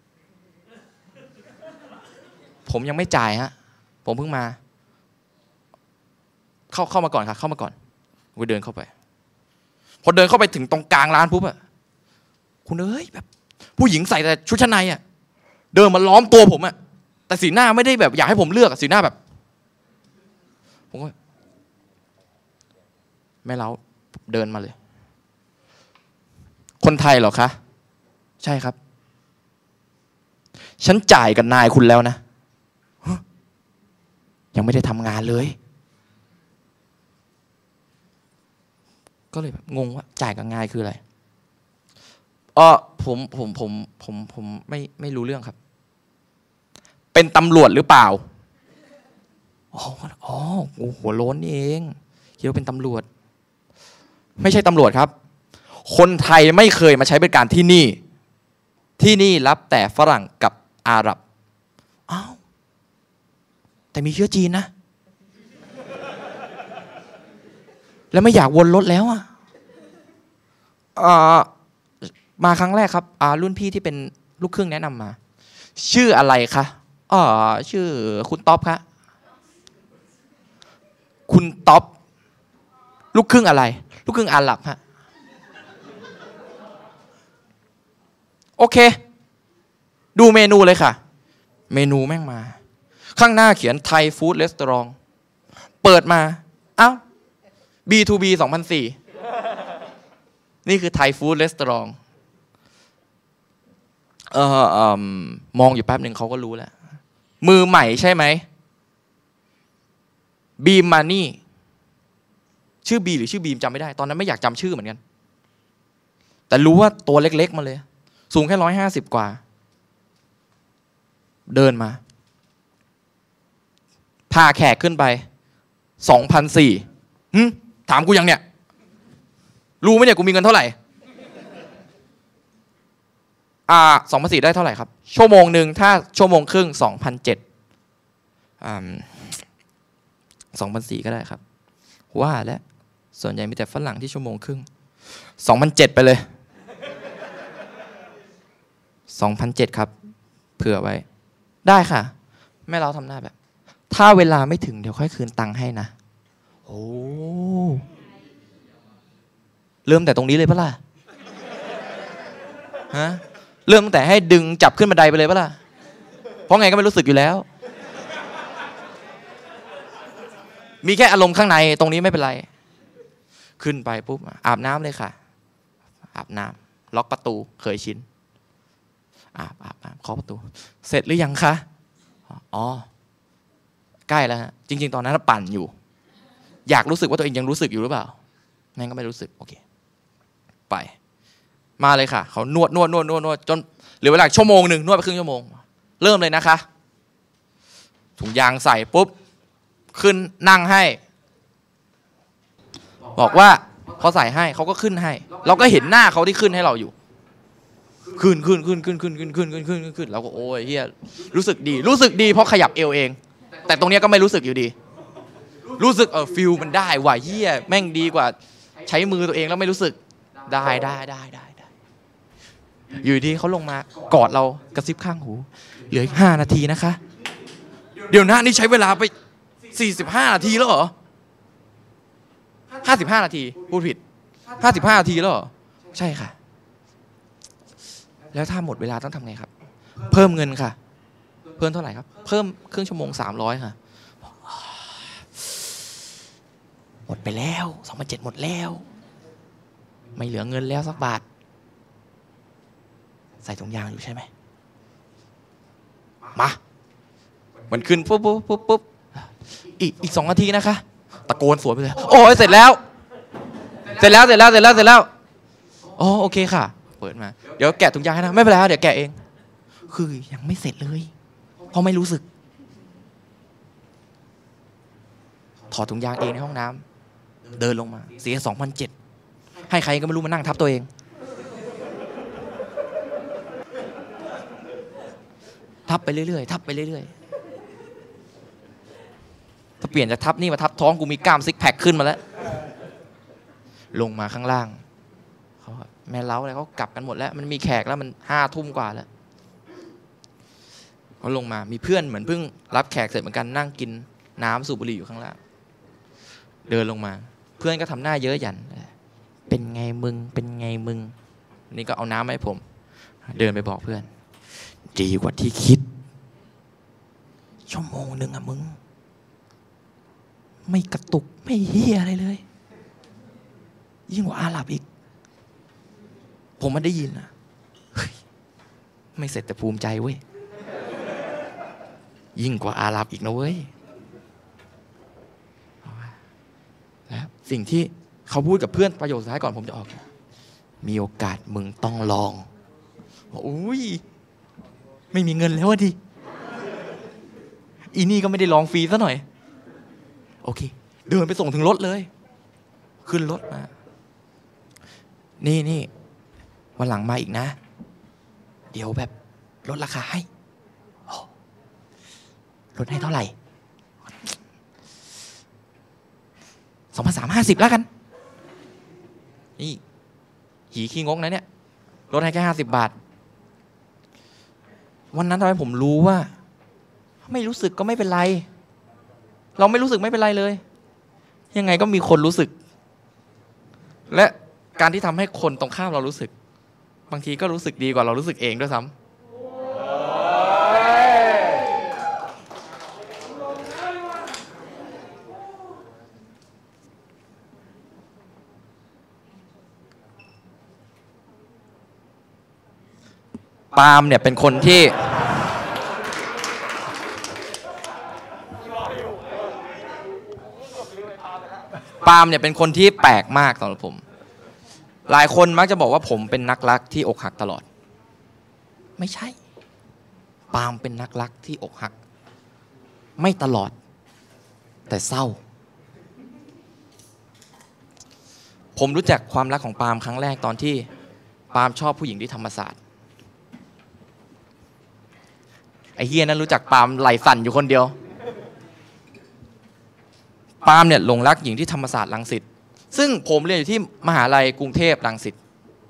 ผมยังไม่จ่ายฮะผมเพิ่งมาเข้ามาก่อนค่ะเข้ามาก่อนกูเดินเข้าไปพอเดินเข้าไปถึงตรงกลางร้านปุ๊บอะคุณเอ้ยแบบผู้หญิงใส่แต่ชุดชั้นในอะเดินมาล้อมตัวผมอะแต่สีหน้าไม่ได้แบบอยากให้ผมเลือกสีหน้าแบบผมก็แม่เล้าเดินมาเลยคนไทยเหรอคะใช่ครับฉันจ่ายกับนายคุณแล้วนะยังไม่ได้ทำงานเลยก็เลยแบบงงว่าจ่ายกับงานคืออะไรผมไม่รู้เรื่องครับเป็นตำรวจหรือเปล่าอ๋อหัวโล้นนี่เองคิดว่าเป็นตำรวจไม่ใช่ตำรวจครับคนไทยไม่เคยมาใช้บริการที่นี่รับแต่ฝรั่งกับอาหรับอ้าวแต่มีเชื้อจีนนะแล้วไม่อยากวนรถแล้วอ่ะมาครั้งแรกครับรุ่นพี่ที่เป็นลูกครึ่งแนะนำมาชื่ออะไรคะชื่อคุณต๊อปคะคุณต๊อปลูกครึ่งอะไรลูกครึ่งอาหรับฮะโอเคดูเมนูเลยค่ะเมนูแม่งมาข้างหน้าเขียนไทยฟู้ดรีสอร์ทเปิดมาอ้าว B2B 2004นี่คือไทยฟู้ดรีสอร์ทมองอยู่แป๊บหนึ่งเขาก็รู้แล้วมือใหม่ใช่ไหมบีมมานี่ชื่อบีหรือชื่อบีมจำไม่ได้ตอนนั้นไม่อยากจำชื่อเหมือนกันแต่รู้ว่าตัวเล็กๆมาเลยสูงแค่150 กว่าเดินมาพาแขกขึ้นไป2,400ถามกูยังเนี่ยรู้ไหมเนี่ยกูมีเงินเท่าไหร่2,400ได้เท่าไหร่ครับชั่วโมงหนึ่งถ้าชั่วโมงครึ่ง2,400ก็ได้ครับว่าแล้วส่วนใหญ่มีแต่ฝรั่งที่ชั่วโมงครึ่ง2,700ไปเลย2,700ครับเผื่อไว้ได้ค่ะแม่เราทำหน้าแบบถ้าเวลาไม่ถึงเดี๋ยวค่อยคืนตังค์ให้นะโอ้เริ่มแต่ตรงนี้เลยปะล่ะฮะเริ่มตั้งแต่ให้ดึงจับขึ้นบันไดไปเลยปะล่ะเพราะไงก็ไม่รู้สึกอยู่แล้วมีแค่อารมณ์ข้างในตรงนี้ไม่เป็นไรขึ้นไปปุ๊บอาบน้ำเลยค่ะอาบน้ำล็อกประตูเคยชินอาบเคาะประตูเสร็จหรือยังคะอ๋อใกล้แล้วฮะจริงๆตอนนั้นปั่นอยู่อยากรู้สึกว่าตัวเองยังรู้สึกอยู่หรือเปล่าแม่งก็ไม่รู้สึกโอเคไปมาเลยค่ะเขานวดจนเหลือเวลาชั่วโมงหนึ่งนวดไปครึ่งชั่วโมงเริ่มเลยนะคะถุงยางใส่ปุ๊บขึ้นนั่งให้บอกว่าเขาใส่ให้เขาก็ขึ้นให้เราก็เห็นหน้าเขาที่ขึ้นให้เราอยู่ขึ้นเราก็โอ้ยเฮียรู้สึกดีเพราะขยับเอวเองแต่ตรงเนี้ยก็ไม่รู้สึกอยู่ดีรู้สึกฟิลมันได้ว่ะเฮียแม่งดีกว่าใช้มือตัวเองแล้วไม่รู้สึกได้อยู่ดีเขาลงมากอดเรากระซิบข้างหูเหลืออีก5 นาทีนะคะเดี๋ยวนะนี่ใช้เวลาไป45 นาทีแล้วเหรอ55 นาทีพูดผิด55 นาทีแล้วเหรอใช่ค่ะแล้วถ้าหมดเวลาต้องทำไงครับเพิ่มเงินค่ะเพิ่มเท่าไหร่ครับเพิ่มครึ่งชั่วโมง300ค่ะหมดไปแล้ว2007หมดแล้วไม่เหลือเงินแล้วสักบาทใส่ถุงยางอยู่ใช่ไหมมามันขึ้นปุ๊บอีก2 นาทีนะคะตะโกนสวนไปเลยโอ้ยเสร็จแล้วอ๋อโอเคค่ะเปิดมาเดี๋ยวแกะถุงยางให้นะไม่เป็นไรเดี๋ยวแกะเองคือยังไม่เสร็จเลยเพราะไม่รู้สึกถอดถุงยางเองในห้องน้ำเดินลงมาเสีย2,700ให้ใครก็ไม่รู้มานั่งทับตัวเองทับไปเรื่อยถ้าเปลี่ยนจากทับนี่มาทับท้องกูมีกล้ามซิกแพคขึ้นมาแล้วลงมาข้างล่างเขาแม่เล้าอะไรเขากลับกันหมดแล้วมันมีแขกแล้วมัน5 ทุ่มกว่าแล้วเขาลงมามีเพื่อนเหมือนเพิ่งรับแขกเสร็จเหมือนกันนั่งกินน้ำสูบบุหรี่อยู่ข้างล่างเดินลงมาเพื่อนก็ทำหน้าเยอะหยันเป็นไงมึงนี่ก็เอาน้ำให้ผมเดินไปบอกเพื่อนดีกว่าที่คิดชั่วโมงนึงอะมึงไม่กระตุกไม่เฮียอะไรเลยยิ่งกว่าอาหรับอีกผมมันได้ยินนะไม่เสร็จแต่ภูมิใจเว้ยยิ่งกว่าอาหรับอีกนะเว้ยแล้วสิ่งที่เขาพูดกับเพื่อนประโยคสุดท้ายก่อนผมจะออกมีโอกาสมึงต้องลองอุ้ยไม่มีเงินแล้วดิอีนี่ก็ไม่ได้ลองฟรีซะหน่อยโอเคเดินไปส่งถึงรถเลยขึ้นรถมานี่วันหลังมาอีกนะเดี๋ยวแบบลดราคาให้ลดให้เท่าไหร่2,350แล้วกันนี่หีขี้งกนะเนี่ยลดให้แค่50 บาทวันนั้นทำให้ผมรู้ว่าไม่รู้สึกก็ไม่เป็นไรเราไม่รู้สึกไม่เป็นไรเลยยังไงก็มีคนรู้สึกและการที่ทำให้คนตรงข้ามเรารู้สึกบางทีก็รู้สึกดีกว่าเรารู้สึกเองด้วยซ้ำปาล์มเนี่ยเป็นคนที่เป็นคนที่แปลกมากสำหรับผมหลายคนมักจะบอกว่าผมเป็นนักรักที่อกหักตลอดไม่ใช่ปาล์มเป็นนักรักที่อกหักไม่ตลอดแต่เศร้าผมรู้จักความรักของปาล์มครั้งแรกตอนที่ปาล์มชอบผู้หญิงที่ธรรมศาสตร์ไอ้เฮียนั้นรู้จักปาล์มไหลสั่นอยู่คนเดียวปาล์มเนี่ยหลงรักหญิงที่ธรรมศาสตร์รังสิตซึ่งผมเรียนอยู่ที่มหาลัยกรุงเทพรังสิต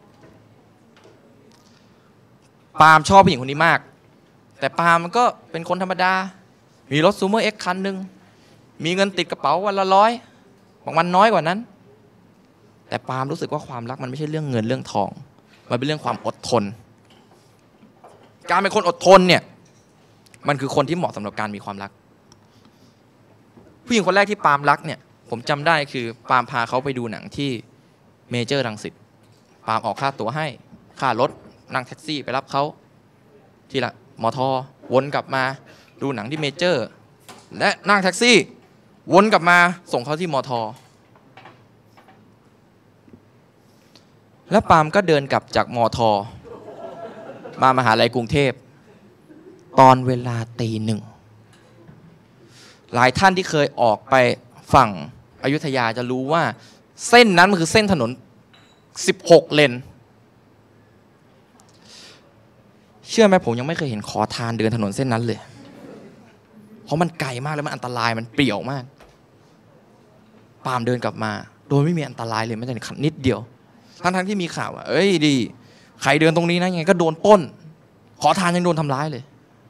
ปาล์มชอบผู้หญิงคนนี้มากแต่ปาล์มมันก็เป็นคนธรรมดามีรถซูเมอร์เอ็กซ์คันหนึ่งมีเงินติดกระเป๋าวันละ100บางวันน้อยกว่านั้นแต่ปาล์มรู้สึกว่าความรักมันไม่ใช่เรื่องเงินเรื่องทองมันเป็นเรื่องความอดทนการเป็นคนอดทนเนี่ยมันคือคนที่เหมาะสำหรับการมีความรักผู้หญิงคนแรกที่ปาล์มรักเนี่ยผมจำได้คือปาล์มพาเขาไปดูหนังที่เมเจอร์รังสิตปาล์มออกค่าตั๋วให้ค่ารถนั่งแท็กซี่ไปรับเขาที่ละมท.วนกลับมาดูหนังที่เมเจอร์และนั่งแท็กซี่วนกลับมาส่งเขาที่มท.ผแล้วปาล์มก็เดินกลับจากมท.มามหาลัยกรุงเทพตอนเวลาตี 1หลายท่านที่เคยออกไปฝั่งอยุธยาจะรู้ว่าเส้นนั้นมันคือเส้นถนน16 เลนเชื่อไหมผมยังไม่เคยเห็นขอทานเดินถนนเส้นนั้นเลยเพราะมันไกลมากแล้วมันอันตรายมันเปรี่ยวมากปาล์มเดินกลับมาโดยไม่มีอันตรายเลยแม้แต่นิดเดียวทั้งที่มีข่าวว่าเอ้ยดีใครเดินตรงนี้นะยังไงก็โดนปล้นขอทานยังโดนทำร้ายเลย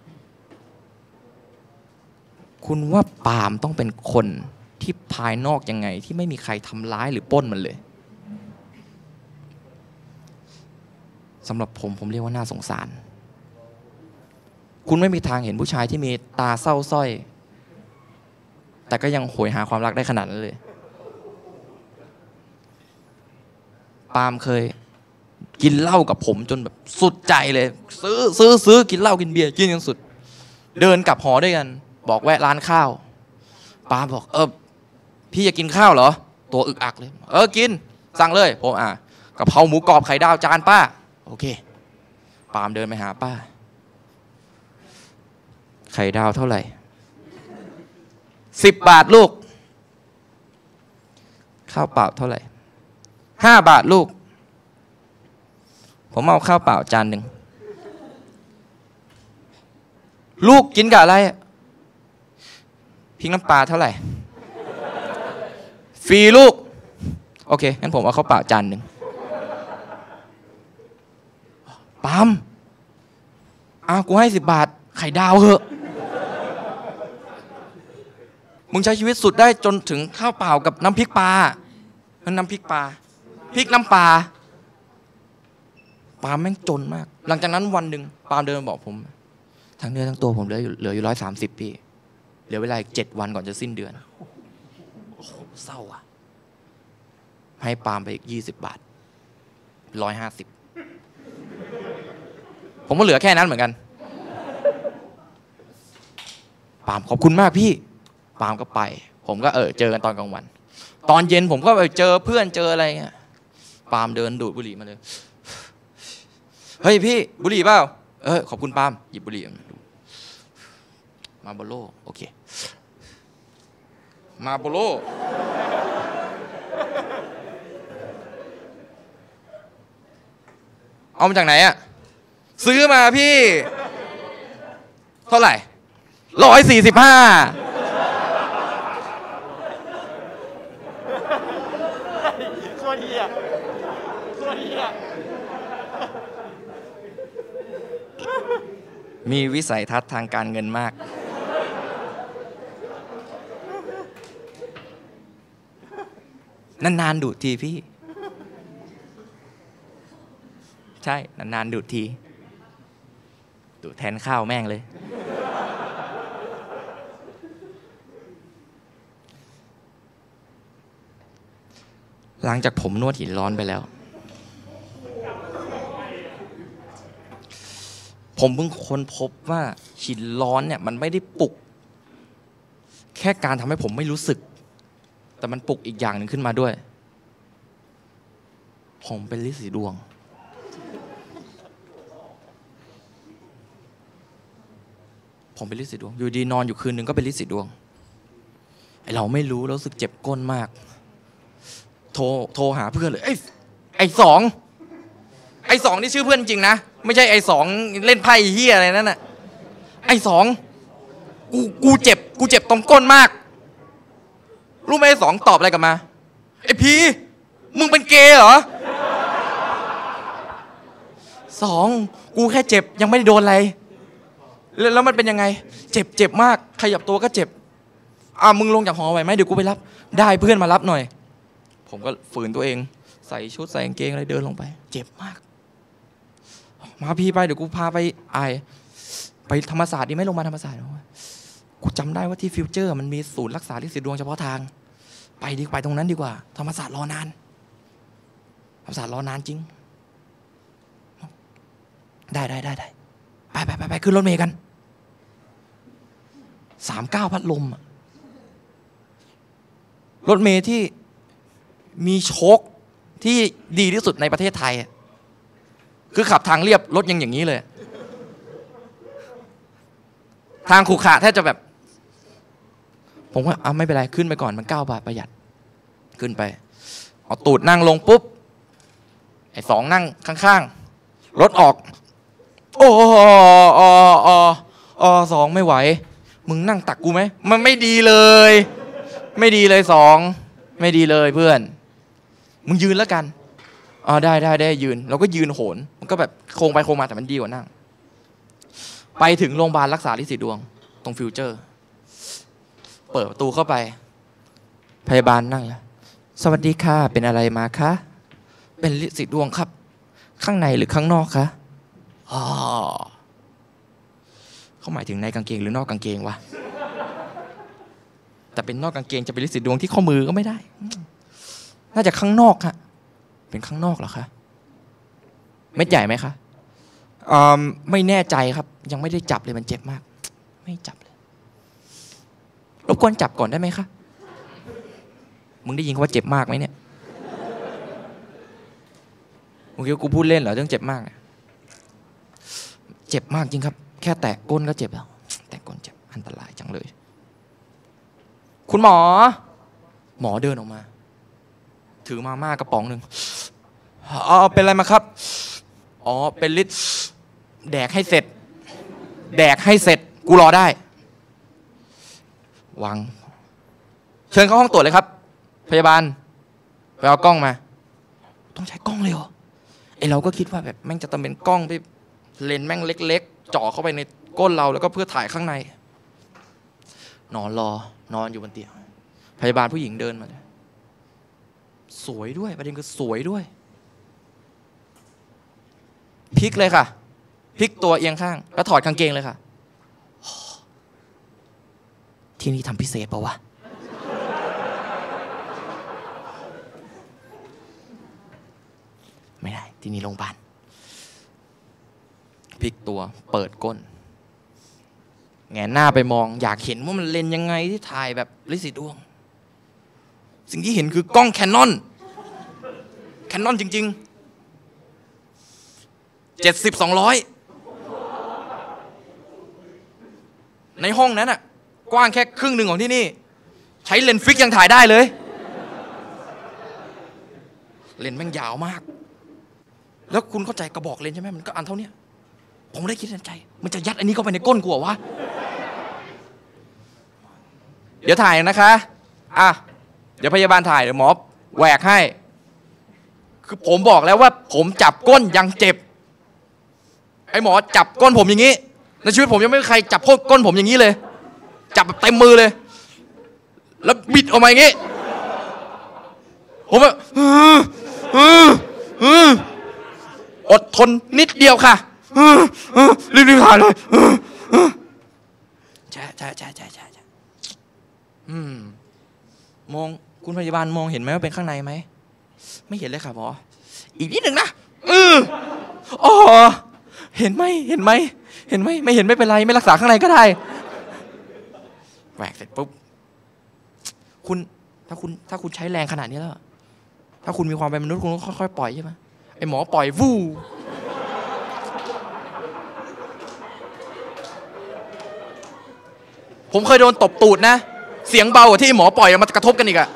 คุณว่าปาล์มต้องเป็นคนที่ภายนอกยังไงที่ไม่มีใครทำร้ายหรือปล้นมันเลยสำหรับผมเรียกว่าน่าสงสารคุณไม่มีทางเห็นผู้ชายที่มีตาเศร้าส้อยแต่ก็ยังโหยหาความรักได้ขนาดนั้นเลยปาล์มเคยกินเหล้ากับผมจนแบบสุดใจเลยซื้อกินเหล้ากินเบียร์กินจนสุดเดินกลับหอด้วยกันบอกแวะร้านข้าวปาล์มบอกพี่จะกินข้าวเหรอตัวอึกอักเลยกินสั่งเลยผมกะเพราหมูกรอบไข่ดาวจานป้าโอเคปาล์มเดินไปหาป้าไข่ดาวเท่าไหร่10 บาทลูกข้าวเปล่าเท่าไหร่5 บาทลูกผมเอาข้าวเปล่าจานหนึ่งลูกกินกับอะไรพริกน้ำปลาเท่าไหร่ฟรีลูกโอเคงั้นผมเอาข้าวเปล่าจานหนึ่งปาล์มกูให้10 บาทไข่ดาวเหอะมึงใช้ชีวิตสุดได้จนถึงข้าวเปล่ากับน้ำพริกปลาน้ำพริกปลาพริกน้ำปลาปาล์มแม่งจนมากหลังจากนั้นวันหนึ่งปาล์มเดินมาบอกผมทั้งเนื้อทั้งตัวผมเหลืออยู่130พี่เหลือเวลาอีก7 วันก่อนจะสิ้นเดือนโอ้โหเศร้าอ่ะให้ปาล์มไปอีก20 บาท150ผมก็เหลือแค่นั้นเหมือนกันปาล์มขอบคุณมากพี่ปาล์มก็ไปผมก็เจอกันตอนกลางวันตอนเย็นผมก็ไปเจอเพื่อนเจออะไรเงี้ยปาล์มเดินดูดบุหรี่มาเลยเฮ้ยพี่บุหรี่เปล่าขอบคุณปาล์มหยิบบุหรี่มาโบโลโอเคมาโบโลเอามาจากไหนอะซื้อมาพี่เท่าไหร่145มีวิสัยทัศน์ทางการเงินมากนานๆดูดทีพี่ใช่นานๆดูดทีดูดแทนข้าวแม่งเลยหลังจากผมนวดหินร้อนไปแล้วผมเพิ่งค้นพบว่าหินร้อนเนี่ยมันไม่ได้ปลุกแค่การทำให้ผมไม่รู้สึกแต่มันปลุกอีกอย่างหนึ่งขึ้นมาด้วยผมเป็นฤทธิ์สีดวงผมเป็นฤทธิ์สีดวงอยู่ดีนอนอยู่คืนนึงก็เป็นฤทธิ์สีดวงเราไม่รู้รู้สึกเจ็บก้นมากโทรหาเพื่อนเลยไอ้สองนี่ชื่อเพื่อนจริงนะไม่ใช่ไอ้สองเล่นไพ่เหี้ยอะไรนั่นน่ะไอ้สองกูเจ็บตรงก้นมากรู้ไหมไอ้สองตอบอะไรกลับมาไอ้พีมึงเป็นเกย์เหรอสองกูแค่เจ็บยังไม่ได้โดนอะไรแล้วมันเป็นยังไงเจ็บมากขยับตัวก็เจ็บมึงลงจากหอไหวไหมเดี๋ยวกูไปรับได้เพื่อนมารับหน่อยผมก็ฝืนตัวเองใส่ชุดใส่กางเกงอะไรเดินลงไปเจ็บมากมาพี่ไปเดี๋ยวกูพาไปธรรมศาสตร์ดีไหมโรงพยาบาลธรรมศาสตร์กูจำได้ว่าที่ฟิวเจอร์มันมีศูนย์รักษาฤทธิ์สีดวงเฉพาะทางไปตรงนั้นดีกว่าธรรมศาสตร์รอนานธรรมศาสตร์รอนานจริงได้ไปขึ้นรถเมล์กัน39 พัดลมรถเมล์ที่มีโชคที่ดีที่สุดในประเทศไทยคือขับทางเรียบรถยังอย่างนี้เลยทางขรุขระแทบจะแบบผมว่าไม่เป็นไรขึ้นไปก่อนมัน9 บาทประหยัดขึ้นไปเอาตูดนั่งลงปุ๊บไอ้2นั่งข้างๆรถออกโอ้2ไม่ไหวมึงนั่งตักกูไหมมันไม่ดีเลยไม่ดีเลย2ไม่ดีเลยเพื่อนมึงยืนแล้วกันได้ยืนเราก็ยืนโหนมันก็แบบโค้งไปโค้งมาแต่มันดีกว่านั่งไปถึงโรงพยาบาลรักษาฤทธิ์สีดวงตรงฟิวเจอร์เปิดประตูเข้าไปพยาบาลนั่งแล้วสวัสดีค่ะเป็นอะไรมาคะเป็นฤทธิ์สีดวงครับข้างในหรือข้างนอกคะเขาหมายถึงในกางเกงหรือนอกกางเกงวะแต่เป็นนอกกางเกงจะเป็นฤทธิ์สีดวงที่ข้อมือก็ไม่ได้น่าจะข้างนอกฮะเป็นข้างนอกเหรอคะเม็ดใหญ่ไหมคะไม่แน่ใจครับยังไม่ได้จับเลยมันเจ็บมากไม่จับเลยรบกวนจับก่อนได้ไหมคะมึงได้ยินว่าเจ็บมากไหมเนี่ยมึงคิดว่ากูพูดเล่นเหรอเรื่องเจ็บมากเจ็บมากจริงครับแค่แตะก้นก็เจ็บแล้วแตะก้นเจ็บอันตรายจังเลยคุณหมอเดินออกมาถือมาม่ากระป๋องหนึ่งเป็นอะไรมาครับเป็นฤทธิ์แดกให้เสร็จกูรอได้วางเชิญเข้าห้องตรวจเลยครับพยาบาลไปเอากล้องมาต้องใช้กล้องเลยเหรอไอเราก็คิดว่าแบบแม่งจะต้องเป็นกล้องไปเลนส์แม่งเล็กๆจ่อเข้าไปในก้นเราแล้วก็เพื่อถ่ายข้างในนอนอยู่บนเตียงพยาบาลผู้หญิงเดินมาเลยสวยด้วยประเด็นคือสวยด้วยพลิกเลยค่ะพลิกตัวเอียงข้างแล้วถอดกางเกงเลยค่ะที่นี่ทำพิเศษเปล่าวะไม่ได้ที่นี่โรงพยาบาลพลิกตัวเปิดก้นแงนหน้าไปมองอยากเห็นว่ามันเลนยังไงที่ถ่ายแบบฤทธิ์สีดวงสิ่งที่เห็นคือกล้องแคนนอนจริงๆ70-200ในห้องนั้นน่ะกว้างแค่ครึ่งหนึ่งของที่นี่ใช้เลนส์ฟิกยังถ่ายได้เลยเลนส์แม่งยาวมากแล้วคุณเข้าใจกระบอกเลนส์ใช่ไหมมันก็อันเท่านี้ผมได้คิดในใจมันจะยัดอันนี้เข้าไปในก้นกูเหรอวะเดี๋ยวถ่ายนะคะเดี๋ยวพยาบาลถ่ายเดี๋ยวหมอแหวกให้คือผมบอกแล้วว่าผมจับก้นยังเจ็บไอ้หมอจับก้นผมอย่างนี้ในชีวิตผมยังไม่มีใครจับก้นผมอย่างนี้เลยจับแบบเต็มมือเลยแล้วบิดออกมาอย่างนี้ผมแบบอดทนนิดเดียวค่ะรีบๆถ่ายเลยใช่มองคุณพยาบาลมองเห็นไหมว่าเป็นข้างในไหมไม่เห็นเลยค่ะหมออีกนิดหนึ่งนะเห็นไหมไม่เห็นไม่เป็นไรไม่รักษาข้างในก็ได้แหวกเสร็จปุ๊บถ้าคุณใช้แรงขนาดนี้แล้วถ้าคุณมีความเป็นมนุษย์คุณก็ค่อยๆปล่อยใช่ไหมไอหมอปล่อยวู้ผมเคยโดนตบตูดนะเสียงเบากว่าที่หมอปล่อยมากระทบกันอีกอะ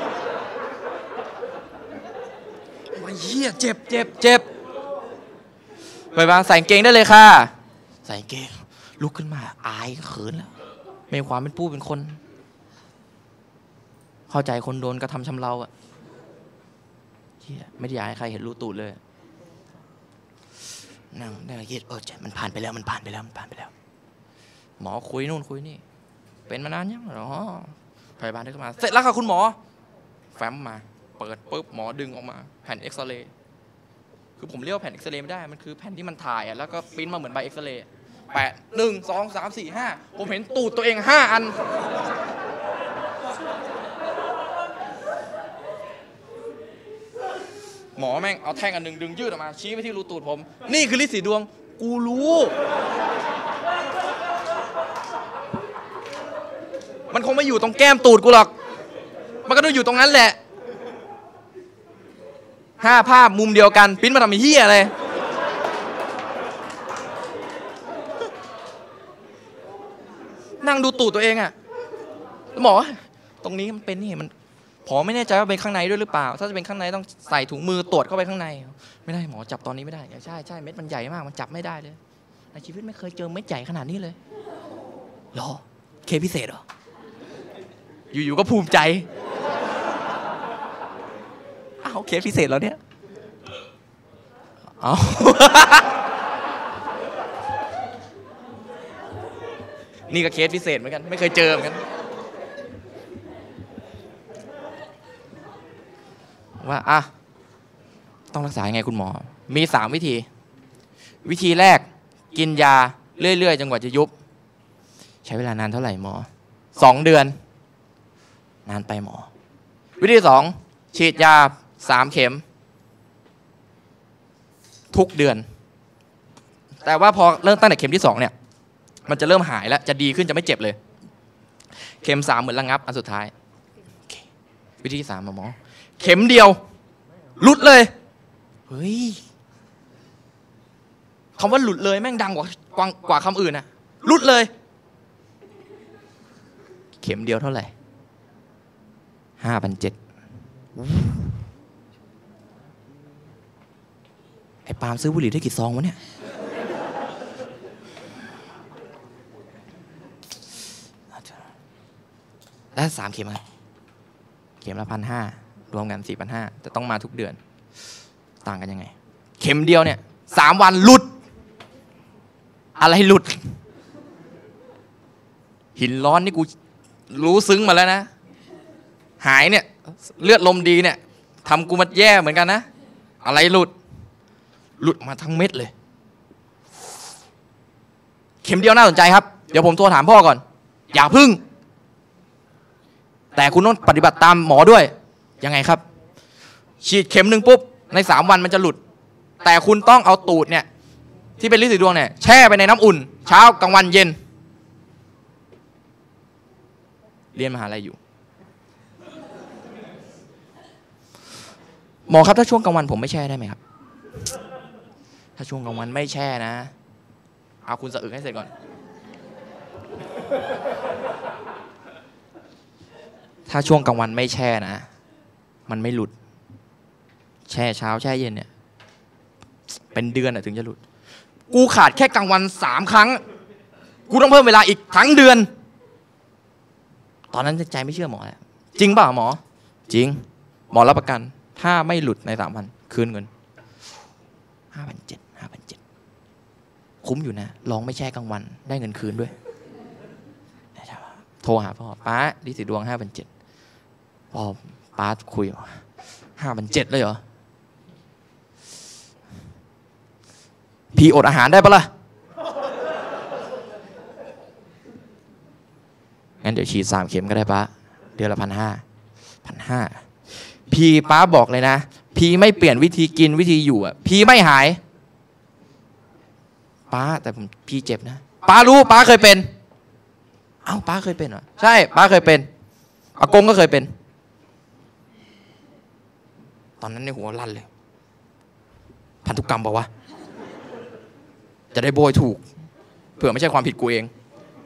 เฮียเจ็บไปบ้างใส่เกงได้เลยค่ะใส่เกงลุกขึ้นมาอายเขินแล้วไม่ความเป็นผู้เป็นคนเข้าใจคนโดนกระทำชำเราอะเฮียไม่ได้อยากให้ใครเห็นรูตูดเลยนั่งได้คิดมันผ่านไปแล้วหมอคุยนู่นคุยนี่เป็นมานานยังพยาบาลได้เข้ามาเสร็จแล้วค่ะคุณหมอแฟ้มมาเปิดปุ๊บหมอดึงออกมาแผ่นเอ็กซเรย์คือผมเรียกว่าแผ่นเอ็กซเรย์ไม่ได้มันคือแผ่นที่มันถ่ายแล้วก็ปริ้นมาเหมือนใบเอ็กซเรย์1 2 3 4 5ผมเห็นตูดตัวเอง5 อันหมอแม่งเอาแท่งอันหนึ่งดึงยืดออกมาชี้ไปที่รูตูดผมนี่คือฤทธิ์สีดวงกูรู้มันคงไม่อยู่ตรงแก้มตูดกูหรอกมันก็ต้องอยู่ตรงนั้นแหละ 5 ภาพมุมเดียวกันปริ้นมาทำเหี้ยอะไรนั่งดูตูดตัวเองอะหมอตรงนี้มันเป็นนี่มันหมอไม่แน่ใจว่าเป็นข้างในด้วยหรือเปล่าถ้าจะเป็นข้างในต้องใส่ถุงมือตรวจเข้าไปข้างในไม่ได้หมอจับตอนนี้ไม่ได้ใช่เม็ดมันใหญ่มากมันจับไม่ได้เลยในชีวิตไม่เคยเจอเม็ดใหญ่ขนาดนี้เลยหรอเคพิเศษเหรออยู่ๆก็ภูมิใจอ้าวเคพิเศษแล้วเนี่ยเอานี่ก็เคสพิเศษเหมือนกันไม่เคยเจอเหมือนกันว่าต้องรักษายังไงคุณหมอมี3 วิธีวิธีแรกกินยาเรื่อยๆจนกว่าจะยุบใช้เวลานานเท่าไหร่หมอ2 เดือนนานไปหมอวิธี2ฉีดยา3 เข็มทุกเดือนแต่ว่าพอเริ่มตั้งแต่เข็มที่2เนี่ยมันจะเริ่มหายแล้วจะดีขึ้นจะไม่เจ็บเลยเข็ม3เหมือนระงับอันสุดท้ายวิธีที่3หมอเข็มเดียวหลุดเลยเฮ้ยคำว่าหลุดเลยแม่งดังกว่าคำอื่นนะหลุดเลยเข็มเดียวเท่าไหร่5,700ไอ้ปาล์มซื้อบุหรี่ได้กี่ซองวะเนี่ยแล้ว3 เข็มครับเข็มละ1,500รวมกัน4,500แต่ต้องมาทุกเดือนต่างกันยังไงเข็มเดียวเนี่ย3 วันหลุดอะไรหลุดหินร้อนนี่กูรู้ซึ้งมาแล้วนะหายเนี่ยเลือดลมดีเนี่ยทำกูมันแย่เหมือนกันนะอะไรหลุดมาทั้งเม็ดเลยเข็มเดียวน่าสนใจครับเดี๋ยวผมโทรถามพ่อก่อนอย่าพึ่งแต่คุณต้องปฏิบัติตามหมอด้วยยังไงครับฉีดเข็ม 1ปุ๊บใน3 วันมันจะหลุดแต่คุณต้องเอาตูดเนี่ยที่เป็นฤทธิ์สีดวงเนี่ยแช่ไปในน้ำอุ่นเช้ากลางวันเย็นเรียนมหาลัยอยู่หมอครับถ้าช่วงกลางวันผมไม่แช่ได้ไหมครับถ้าช่วงกลางวันไม่แช่นะเอาคุณสะอึกให้เสร็จก่อนถ้าช่วงกลางวันไม่แช่นะมันไม่หลุดแช่เช้าแช่เย็นเนี่ยเป็นเดือนถึงจะหลุดกูขาดแค่กลางวัน3 ครั้งกูต้องเพิ่มเวลาอีกทั้งเดือนตอนนั้นใจไม่เชื่อหมอแล้วจริงเปล่าหมอจริงหมอรับประกันถ้าไม่หลุดใน3 วันคืนเงิน5,700คุ้มอยู่นะลองไม่แช่กลางวันได้เงินคืนด้วยโทรหาพ่อป้าฤทธิ์สีดวง5,700พอป้าคุย5,700เลยเหรอพี่อดอาหารได้ปะล่ะงั้นเดี๋ยวฉีด3 เข็มก็ได้ป้าเดือนละ1,500พี่ป้าบอกเลยนะพี่ไม่เปลี่ยนวิธีกินวิธีอยู่พี่ไม่หายป้าแต่พี่เจ็บนะป้ารู้ป้าเคยเป็นเอ้าป้าเคยเป็นเหรอใช่ป้าเคยเป็นอากงก็เคยเป็นตอนนั้นในหัวลั่นเลยพันธุกรรมบอกว่าจะได้โบยถูกเผื่อไม่ใช่ความผิดกูเอง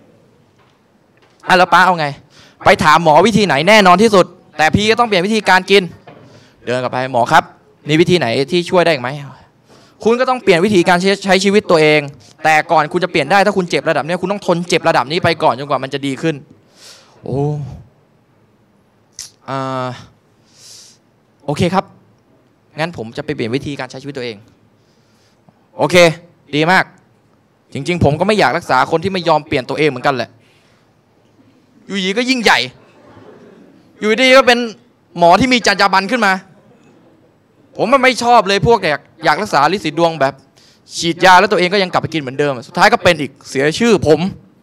แล้วป้าเอาไงไปถามหมอวิธีไหนแน่นอนที่สุดแต่พี่ก็ต้องเปลี่ยนวิธีการกินเดินกลับไปหมอครับมีวิธีไหนที่ช่วยได้ไหมคุณก็ต้องเปลี่ยนวิธีการใช้ชีวิตตัวเองแต่ก่อนคุณจะเปลี่ยนได้ถ้าคุณเจ็บระดับนี้คุณต้องทนเจ็บระดับนี้ไปก่อนจนกว่ามันจะดีขึ้นโอเคครับงั้นผมจะไปเปลี่ยนวิธีการใช้ชีวิตตัวเองโอเคดีมากจริงๆผมก็ไม่อยากรักษาคนที่ไม่ยอมเปลี่ยนตัวเองเหมือนกันแหละอยู่ดีก็ยิ่งใหญ่อยู่ดีก็เป็นหมอที่มีจรรยาบรรณขึ้นมาผมไม่ชอบเลยพวกอยากรักษาฤทธิ์สีดวงแบบฉีดยาแล้วตัวเองก็ยังกลับไปกินเหมือนเดิมสุดท้ายก็เป็นอีกเสียชื่อผม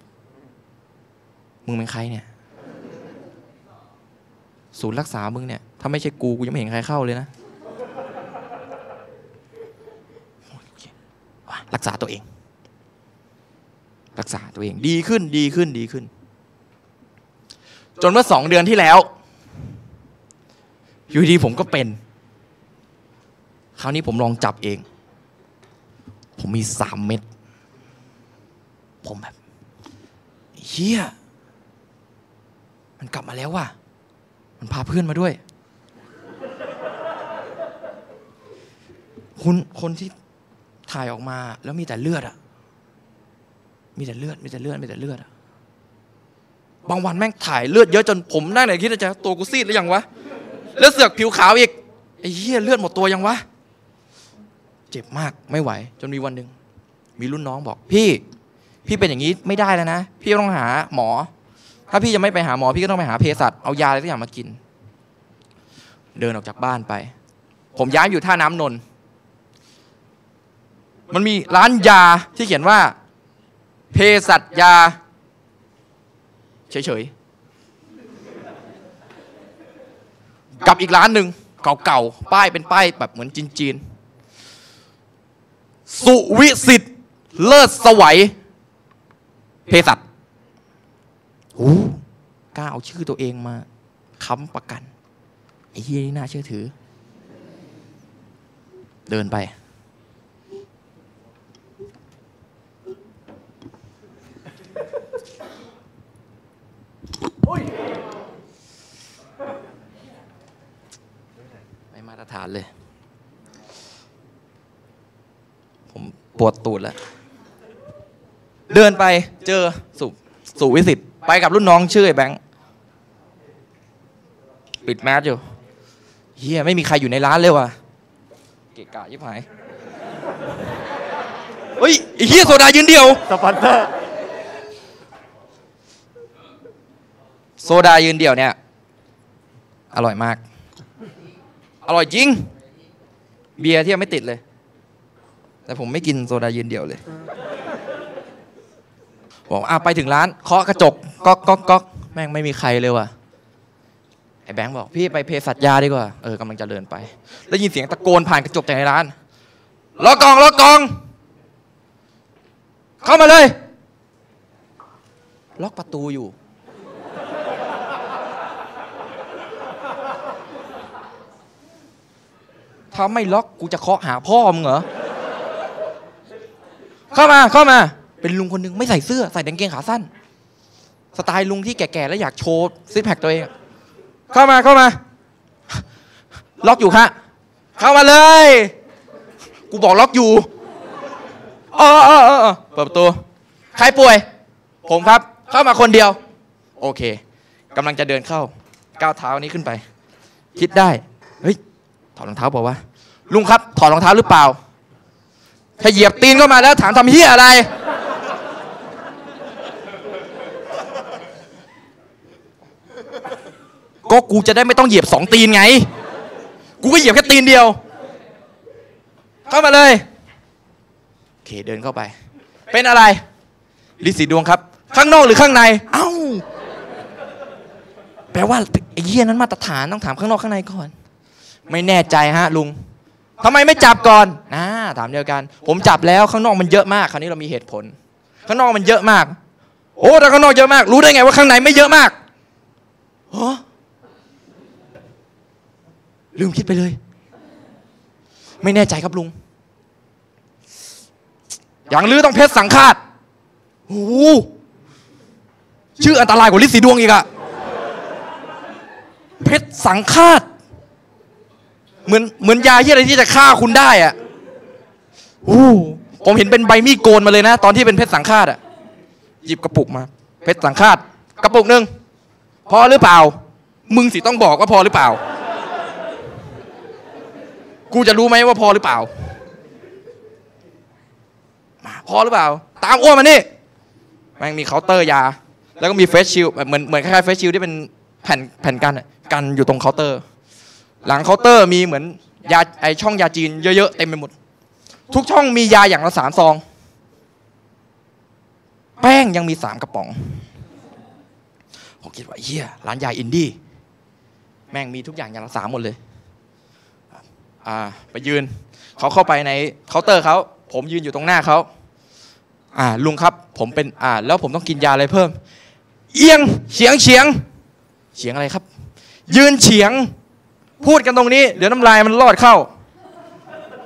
มึงเป็นใครเนี่ยศูนย์รักษามึงเนี่ยถ้าไม่ใช่กูยังไม่เห็นใครเข้าเลยนะรักษาตัวเองดีขึ้นจนเมื่อ2 เดือนที่แล้วอยู่ดีผมก็เป็นราวนี้ผมลองจับเอง ผมมี3 เม็ดผมแบบเฮียมันกลับมาแล้วว่ะมันพาเพื่อนมาด้วยคนที่ถ่ายออกมาแล้วมีแต่เลือดอะมีแต่เลือดอะบางวันแม่งถ่ายเลือดเยอะจนผมนั่งไหนคิดจะตัวกูซีดหรือยังวะแล้วเสือกผิวขาวอีกไอ้เหี้ยเลือดหมดตัวยังวะเจ็บมากไม่ไหวจนมีวันหนึ่งมีรุ่นน้องบอกพี่เป็นอย่างนี้ไม่ได้แล้วนะพี่ต้องหาหมอถ้าพี่จะไม่ไปหาหมอพี่ก็ต้องไปหาเภสัชเอายาอะไรสักอย่างมากินเดินออกจากบ้านไปผมย้ายอยู่ท่าน้ำนนท์มันมีร้านยาที่เขียนว่าเภสัชยาเฉยๆกับอีกร้านหนึ่งเก่าๆป้ายเป็นป้ายแบบเหมือนจีนๆสุวิสิทธิ์เลิศสวัยเภสัชกล้าเอาชื่อตัวเองมาค้ำประกันไอ้เฮียนี่น่าเชื่อถือเดินไปไม่มาตรฐานเลยผมปวดตูดแล้วเดินไปเจอสุวิสิทธิ์ไปกับรุ่นน้องชื่อไอ้แบงค์ปิดแมสอยู่เฮียไม่มีใครอยู่ในร้านเลยว่ะเกะกะยิบหายเฮ้ยไอ้เฮียโซดายืนเดียวสปอนเซอร์โซดายืนเดี่ยวเนี่ยอร่อยมากอร่อยจริงเบียร์ที่ยังไม่ติดเลยแต่ผมไม่กินโซดายืนเดี่ยวเลยบอกไปถึงร้านเคาะกระจกก๊อกแม่งไม่มีใครเลยว่ะไอ้แบงค์บอกพี่ไปเภสัชยาดีกว่ากำลังจะเดินไปแล้วยินเสียงตะโกนผ่านกระจกจากในร้านล็อกกองเข้ามาเลยล็อกประตูอยู่ถ้าไม่ล็อกกูจะเคาะหาพ่อมึงเหรอเข้ามาเป็นลุงคนนึงไม่ใส่เสื้อใส่กางเกงขาสั้นสไตล์ลุงที่แก่ๆแล้วอยากโชว์ซิกแพคตัวเองเข้ามาล็อกอยู่ค่ะเข้ามาเลยกูบอกล็อกอยู่เปิดประตูใครป่วยผมครับเข้ามาคนเดียวโอเคกำลังจะเดินเข้าก้าวเท้านี้ขึ้นไปคิดได้เฮ้ยถอดรองเท้าบอกว่าลุงครับถอดรองเท้าหรือเปล่าถ้าเหยียบตีนเข้ามาแล้วถามทำเหี้ยอะไรก็กูจะได้ไม่ต้องเหยียบ2 ตีนไงกูก็เหยียบแค่ตีนเดียวเข้ามาเลยโอเคเดินเข้าไปเป็นอะไรฤทธิ์สีดวงครับข้างนอกหรือข้างในเอ้าแปลว่าไอ้เหี้ยนั้นมาตรฐานต้องถามข้างนอกข้างในก่อนไม่แน่ใจฮะลุงทำไมไม่จับก่อนถามเดียวกันผมจับแล้วข้างนอกมันเยอะมากคราวนี้เรามีเหตุผลข้างนอกมันเยอะมากโอ้แต่ข้างนอกเยอะมากรู้ได้ไงว่าข้างในไม่เยอะมากลืมคิดไปเลยไม่แน่ใจครับลุงอย่างลือต้องเพชรสังฆาตโอ้ชื่ออันตรายกว่าฤทธิ์สีดวงอีกอะเพชรสังฆาตเหมือนยาที่อะไรที่จะฆ่าคุณได้อะผมเห็นเป็นใบมีดโกนมาเลยนะตอนที่เป็นเพชรสังฆาตอะหยิบกระปุกมาเพชรสังฆาตกระปุกนึงพอหรือเปล่ามึงสิต้องบอกว่าพอหรือเปล่ากูจะรู้ไหมว่าพอหรือเปล่าพอหรือเปล่าตามอ้วนมานี่แม่งมีเคาน์เตอร์ยาแล้วก็มีเฟสชิลเหมือนคล้ายๆเฟสชิลที่เป็นแผ่นกันอยู่ตรงเคาน์เตอร์หลังเคาน์เตอร์มีเหมือนยาช่องยาจีนเยอะๆเต็มไปหมดทุกช่องมียาอย่างละ3 ซองแป้งยังมี3 กระป๋องผมคิดว่าเฮียร้านยาอินดี้แม่งมีทุกอย่างอย่างละ3 หมดเลยไปยืนเขาเข้าไปในเคาน์เตอร์เขาผมยืนอยู่ตรงหน้าเขาลุงครับผมเป็นแล้วผมต้องกินยาอะไรเพิ่มเอียงเฉียงอะไรครับยืนเฉียงพูดกันตรงนี้เดี๋ยวน้ำลายมันลอดเข้า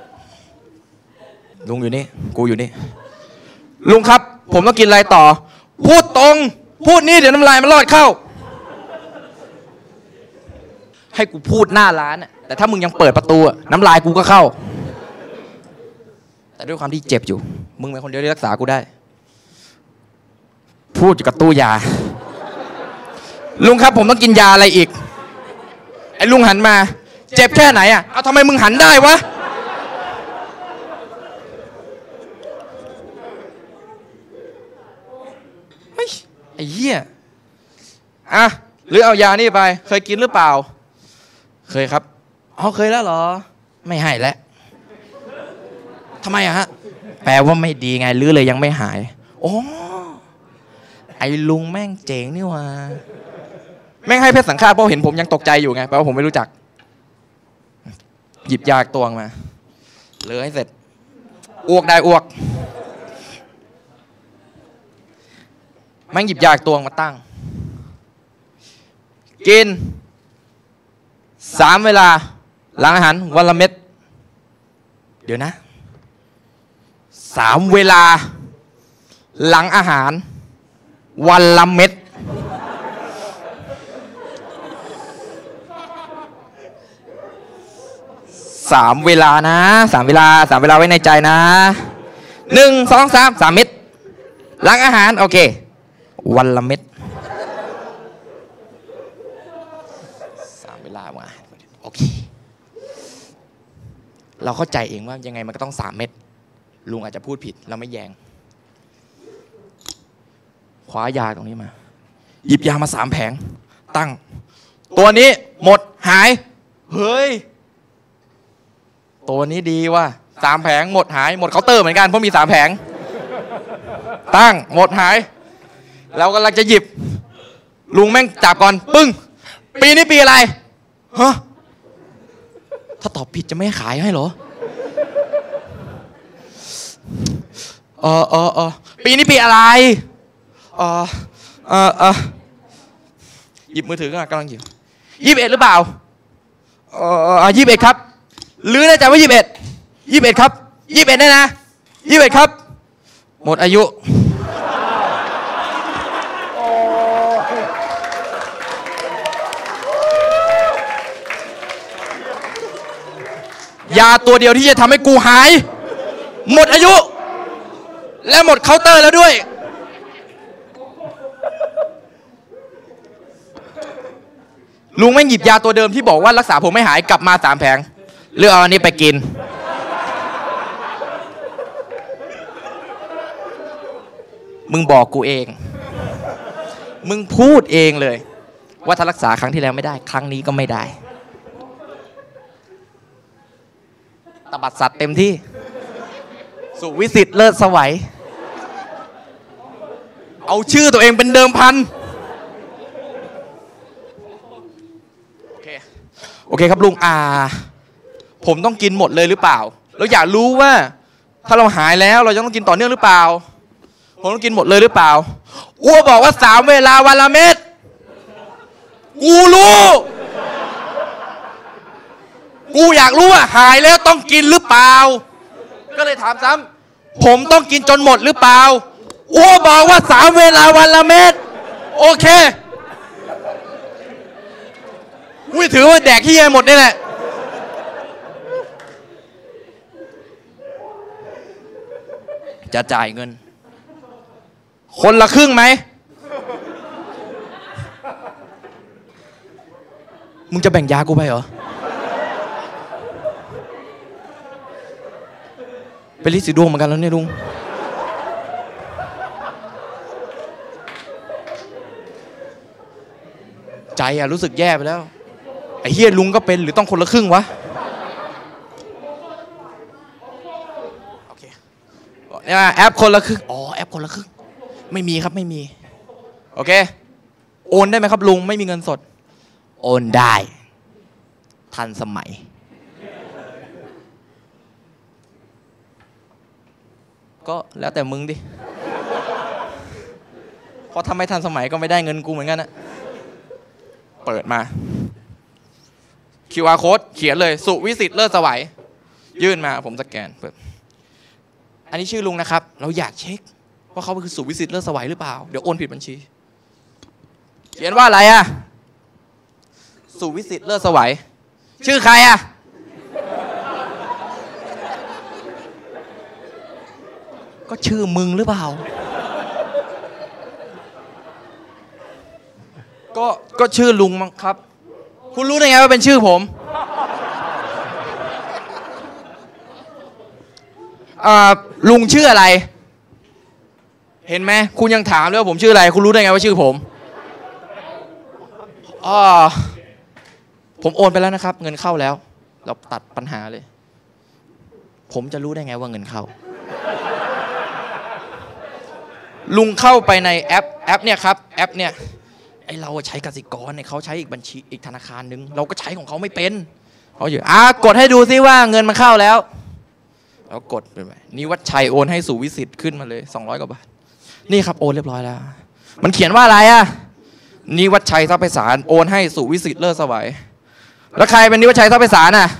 ลุงอยู่นี่กูอยู่นี่ลุงครับผมต้องกินอะไรต่อพูดตรงพูดนี่เดี๋ยวน้ำลายมันรอดเข้าให้กูพูดหน้าร้านแต่ถ้ามึงยังเปิดประตูน้ำลายกูก็เข้าแต่ด้วยความที่เจ็บอยู่มึงเป็นคนเดียวที่รักษากูได้พูดอยู่กับตู้ยาลุงครับผมต้องกินยาอะไรอีกไอ้ลุงหันมาเจ็บแค่ไหนเอาทำไมมึงหันได้วะไอ้เหี้ยหรือเอายานี่ไปเคยกินหรือเปล่าเคยครับเคยแล้วเหรอไม่ให้แล้วทำไมฮะแปลว่าไม่ดีไงหรือเลยยังไม่หายไอ้ลุงแม่งเจ๋งนี่วะแม่งให้เพชรสังฆาตเพราะเห็นผมยังตกใจอยู่ไงแปลว่าผมไม่รู้จักหยิบยาตวงมาเลอให้เสร็จอ้วกได้อ้วกแม่งหยิบยาตวงมาตั้งกิน3 เวลาหลังอาหารวันละเม็ดเดี๋ยวนะ3 เวลาหลังอาหารวันละเม็ด3 เวลานะ3 เวลาไว้ในใจนะ1 2 3 3 เม็ดหลังอาหารโอเควันละเม็ด3 เวลามาโอเคเราเข้าใจเองว่ายังไงมันก็ต้อง3 เม็ดลุงอาจจะพูดผิดเราไม่แยงคว้ายาตรงนี้มาหยิบยามา3 แผงตั้งตัวนี้หมดหายเฮ้ยตัวนี้ดีว่ะ3 แผงหมดหายหมดเคาน์เตอร์เหมือนกันเพราะมี3 แผงตั้งหมดหายเรากำลังจะหยิบลุงแม่งจับก่อนปึ้งปีนี้ปีอะไรฮะถ้าตอบผิดจะไม่ขายให้เหรอปีนี้ปีอะไรหยิบมือถือก็กำลังหยิบ21หรือเปล่า21ครับหรือแน่ใจว่า21ครับ21แน่นะ21ครับหมดอายุยาตัวเดียวที่จะทำให้กูหายหมดอายุและหมดเคาน์เตอร์แล้วด้วยลุงแม่งหยิบยาตัวเดิมที่บอกว่ารักษาผมไม่หายกลับมา3 แผงเลือกเอาอันนี้ไปกินมึงบอกกูเองมึงพูดเองเลยว่าถ้ารักษาครั้งที่แล้วไม่ได้ครั้งนี้ก็ไม่ได้ตบัดสัตว์เต็มที่สุวิสิทธิ์เลิศสวัยเอาชื่อตัวเองเป็นเดิมพันโอเคครับลุงผมต้องกินหมดเลยหรือเปล่าเราอยากรู้ว่าถ้าเราหายแล้วเราจะต้องกินต่อเนื่องหรือเปล่าผมต้องกินหมดเลยหรือเปล่าอ้วบอกว่า3 เวลาวันละเม็ดกูรู้กูอยากรู้ว่าหายแล้วต้องกินหรือเปล่าก็เลยถามซ้ำผมต้องกินจนหมดหรือเปล่าอ้วบอกว่า3 เวลาวันละเม็ดโอเคกูถือว่าแดกขี้หมดนี่แหละจะจ่ายเงินคนละครึ่งไหมมึงจะแบ่งยากูไปเหรอเป็นลิสีดวงเหมือนกันแล้วเนี่ยลุงใจรู้สึกแย่ไปแล้วไอ้เฮียลุงก็เป็นหรือต้องคนละครึ่งวะโอเคแอปคนละครึ่งแอปคนละครึ่งไม่มีครับไม่มีโอเคโอนได้ไหมครับลุงไม่มีเงินสดโอนได้ทันสมัยก็แล้วแต่มึงดิพอทำไม่ทันสมัยก็ไม่ได้เงินกูเหมือนกันนะเปิดมา QR code เขียนเลยสุวิสิทธิ์เลิศสวัยยื่นมาผมสแกนเปิดอันนี้ชื่อลุงนะครับเราอยากเช็คว่าเขาคือสุวิสิทธิ์เลิศสวัยหรือเปล่าเดี๋ยวโอนผิดบัญชีเขียนว่าอะไรอะสุวิสิทธิ์เลิศสวัยชื่อใครอะก็ชื่อมึงหรือเปล่าก็ชื่อลุงมั้งครับคุณรู้ได้ไงว่าเป็นชื่อผมลุงชื่ออะไรเห็นไหมคุณยังถามเลยว่าผมชื่ออะไรคุณรู้ได้ไงว่าชื่อผมผมโอนไปแล้วนะครับเงินเข้าแล้วเราตัดปัญหาเลยผมจะรู้ได้ไงว่าเงินเข้าลุงเข้าไปในแอปเนี่ยครับแอปเนี่ยไอเราใช้กสิกรเนี่ยเขาใช้อีกบัญชีอีกธนาคารนึงเราก็ใช้ของเขาไม่เป็นเขาอยู่กดให้ดูซิว่าเงินมันเข้าแล้วเรากดไปนิวัฒชัยโอนให้สู่วิสิทธิ์ขึ้นมาเลย200 กว่าบาทนี่ครับโอนเรียบร้อยแล้วมันเขียนว่าอะไรอะนิวัฒชัยทรัพย์ไพศาลโอนให้สู่วิสิทธิ์เลิศสวัยแล้วใครเป็นนิวัฒชัยทรัพย์ไพศาลน่ะ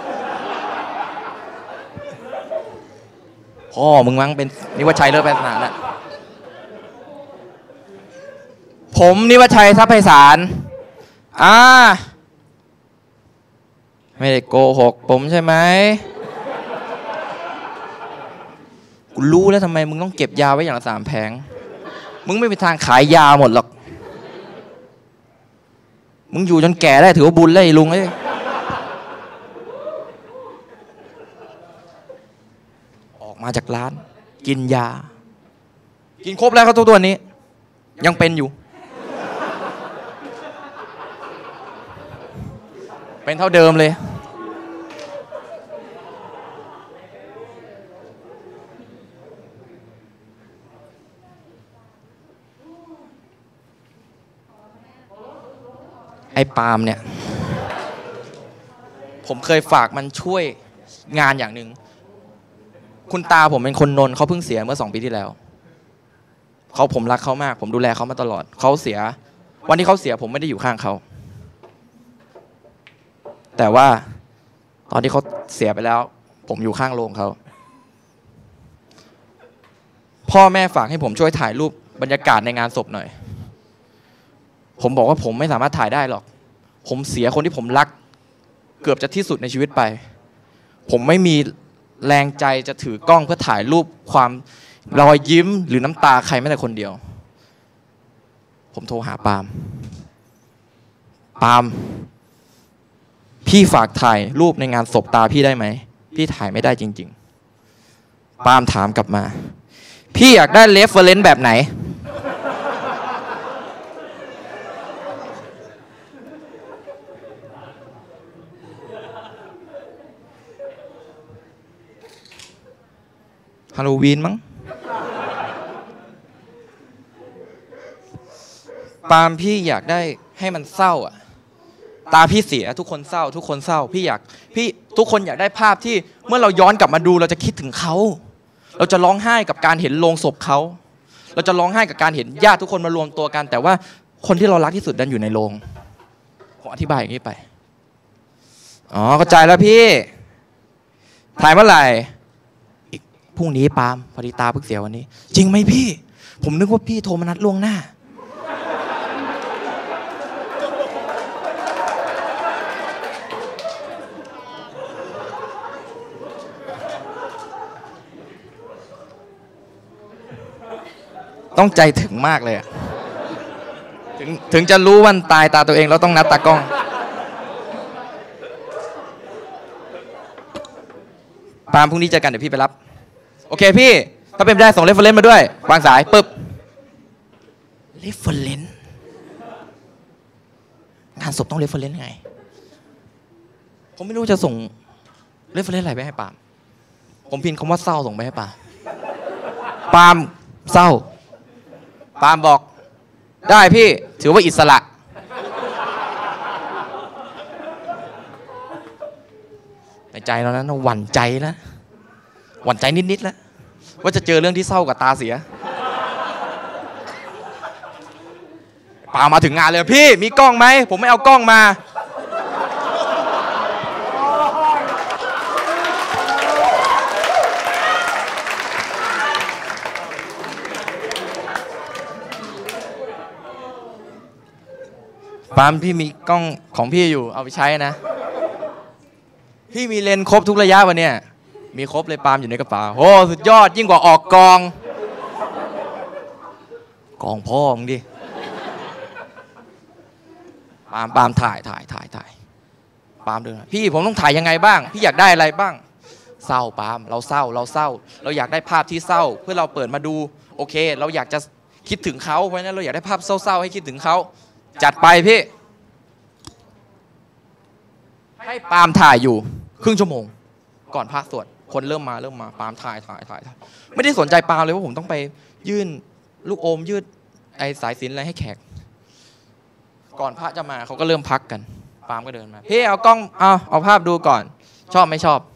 พ่อมึงมั้งเป็นนิวัฒชัยเลิศไพศาลน่ะผมนิวัฒชัยทรัพย์ไพศาลไม่ได้โกหกผมใช่ไหมกูรู้แล้วทำไมมึงต้องเก็บยาไว้อย่างละ3 แผงมึงไม่มีทางขายยาหมดหรอกมึงอยู่จนแก่ได้ถือว่าบุญเลยลุงเอ้ยออกมาจากร้านกินยากินครบแล้วครับตัวนี้ยังเป็นอยู่เป็นเท่าเดิมเลยไอ้ปาล์มเนี่ยผมเคยฝากมันช่วยงานอย่างหนึ่งคุณตาผมเป็นคนนนท์เขาเพิ่งเสียเมื่อ2 ปีที่แล้วผมรักเขามากผมดูแลเขามาตลอดเขาเสียวันที่เขาเสียผมไม่ได้อยู่ข้างเขาแต่ว่าตอนที่เขาเสียไปแล้วผมอยู่ข้างโรงเขาพ่อแม่ฝากให้ผมช่วยถ่ายรูปบรรยากาศในงานศพหน่อยผมบอกว่าผมไม่สามารถถ่ายได้หรอกผมเสียคนที่ผมรักเกือบจะที่สุดในชีวิตไปผมไม่มีแรงใจจะถือกล้องเพื่อถ่ายรูปความรอยยิ้มหรือน้ำตาใครแม้แต่คนเดียวผมโทรหาปาล์มพี่ฝากถ่ายรูปในงานศพตาพี่ได้ไหมพี่ถ่ายไม่ได้จริงๆปาล์มถามกลับมาพี่อยากได้เรฟเฟอเรนซ์แบบไหนฮาโลวีนมั้งปาล์มพี่อยากได้ให้มันเศร้าอ่ะตาพี่เสียทุกคนเศร้าทุกคนเศร้าพี่ทุกคนอยากได้ภาพที่เมื่อเราย้อนกลับมาดูเราจะคิดถึงเขาเราจะร้องไห้กับการเห็นโลงศพเขาเราจะร้องไห้กับการเห็นญาติทุกคนมารวมตัวกันแต่ว่าคนที่เรารักที่สุดดันอยู่ในโรงผมอธิบายอย่างนี้ไปเข้าใจแล้วพี่ถ่ายเมื่อไหร่พรุ่งนี้ปาล์มพอดีตาเพิ่งเสียวันนี้จริงไหมพี่ผมนึกว่าพี่โทรมานัดล่วงหน้าต้องใจถึงมากเลยอะถึงจะรู้วันตายตาตัวเองแล้วต้องนัดตากล้องปาล์มพรุ่งนี้เจอกันเดี๋ยวพี่ไปรับโอเคพี่ถ้าเป็นไปได้ส่งเรฟเฟอเรนซ์มาด้วยวางสายปึ๊บเรฟเฟอเรนซ์งานศพต้องเรฟเฟอเรนซ์ไงผมไม่รู้จะส่งเรฟเฟอเรนซ์อะไรไปให้ปาล์มผมพิมพ์คำว่าเศร้าส่งไปให้ปาล์มเศร้าปาล์มบอกได้พี่ถือว่าอิสระในใจเรานั้นหวั่นใจแล้วหวั่นใจนิดๆแล้วว่าจะเจอเรื่องที่เศร้ากับตาเสียปาล์มมาถึงงานเลยพี่มีกล้องไหมผมไม่เอากล้องมาปาล์มพี่มีกล้องของพี่อยู่เอาไปใช้นะพี่มีเลนส์ครบทุกระยะวันเนี้ยมีครบเลยปาล์มอยู่ในกระเป๋าโอ้สุดยอดยิ่งกว่าออกกองพ่อมึงดิปาล์มถ่ายปาล์มเดินพี่ผมต้องถ่ายยังไงบ้างพี่อยากได้อะไรบ้างเศร้าปาล์มเราเศร้าเราอยากได้ภาพที่เศร้าเพื่อเราเปิดมาดูโอเคเราอยากจะคิดถึงเขาเพราะฉะนั้นเราอยากได้ภาพเศร้าๆให้คิดถึงเขาจัดไปพี่ให้ปาล์มถ่ายอยู่ครึ่งชั่วโมงก่อนพระสวดคนเริ่มมาปาล์มถ่ายไม่ได้สนใจปาล์มเลยว่าผมต้องไปยื่นลูกอมยืดไอสายสิญจน์อะไรให้แขกก่อนพระจะมาเขาก็เริ่มพักกันปาล์มก็เดินมาพี่เอากล้องเอาภาพดูก่อนชอบไม่ชอบ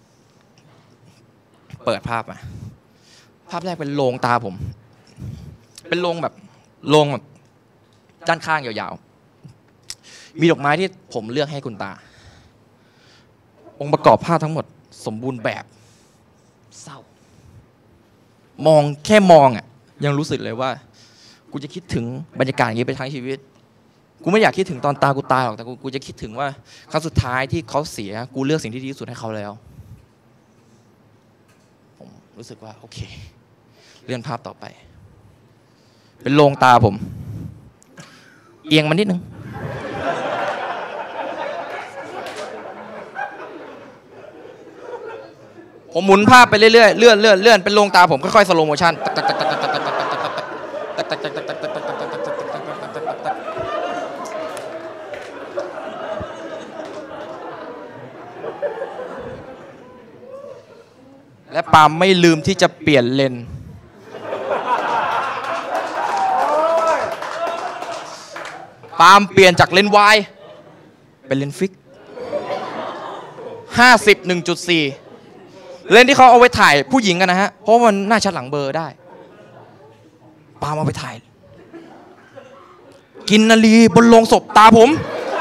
เปิดภาพมาภาพแรกเป็นโลงตาผมเป็นโลงแบบด้านข้างยาวๆมีดอกไม้ที่ผมเลือกให้คุณตาองค์ประกอบภาพทั้งหมดสมบูรณ์แบบเศร้ามองแค่มองยังรู้สึกเลยว่ากูจะคิดถึงบรรยากาศอย่างนี้ไปทั้งชีวิตกูไม่อยากคิดถึงตอนกูตายหรอกแต่กูจะคิดถึงว่าครั้งสุดท้ายที่เขาเสียกูเลือกสิ่งที่ดีที่สุดให้เขาแล้วผมรู้สึกว่าโอเคเลื่อนภาพต่อไปเป็นโลงตาผมเอียงมานิดนึงผมหมุนภาพไปเรื่อยๆเลื่อนเป็นโลงตาผมค่อยๆสโลโมชั่นและปาล์มไม่ลืมที่จะเปลี่ยนเลนส์ปาล์มเปลี่ยนจากเลนส์วายเป็นเลนส์ฟิก50 1.4 เลนส์ที่เขาเอาไว้ถ่ายผู้หญิงกันนะฮะเพราะมันหน้าชัดหลังเบอร์ได้ปาล์มเอาไปถ่ายกินนาลีบนโลงศพตาผม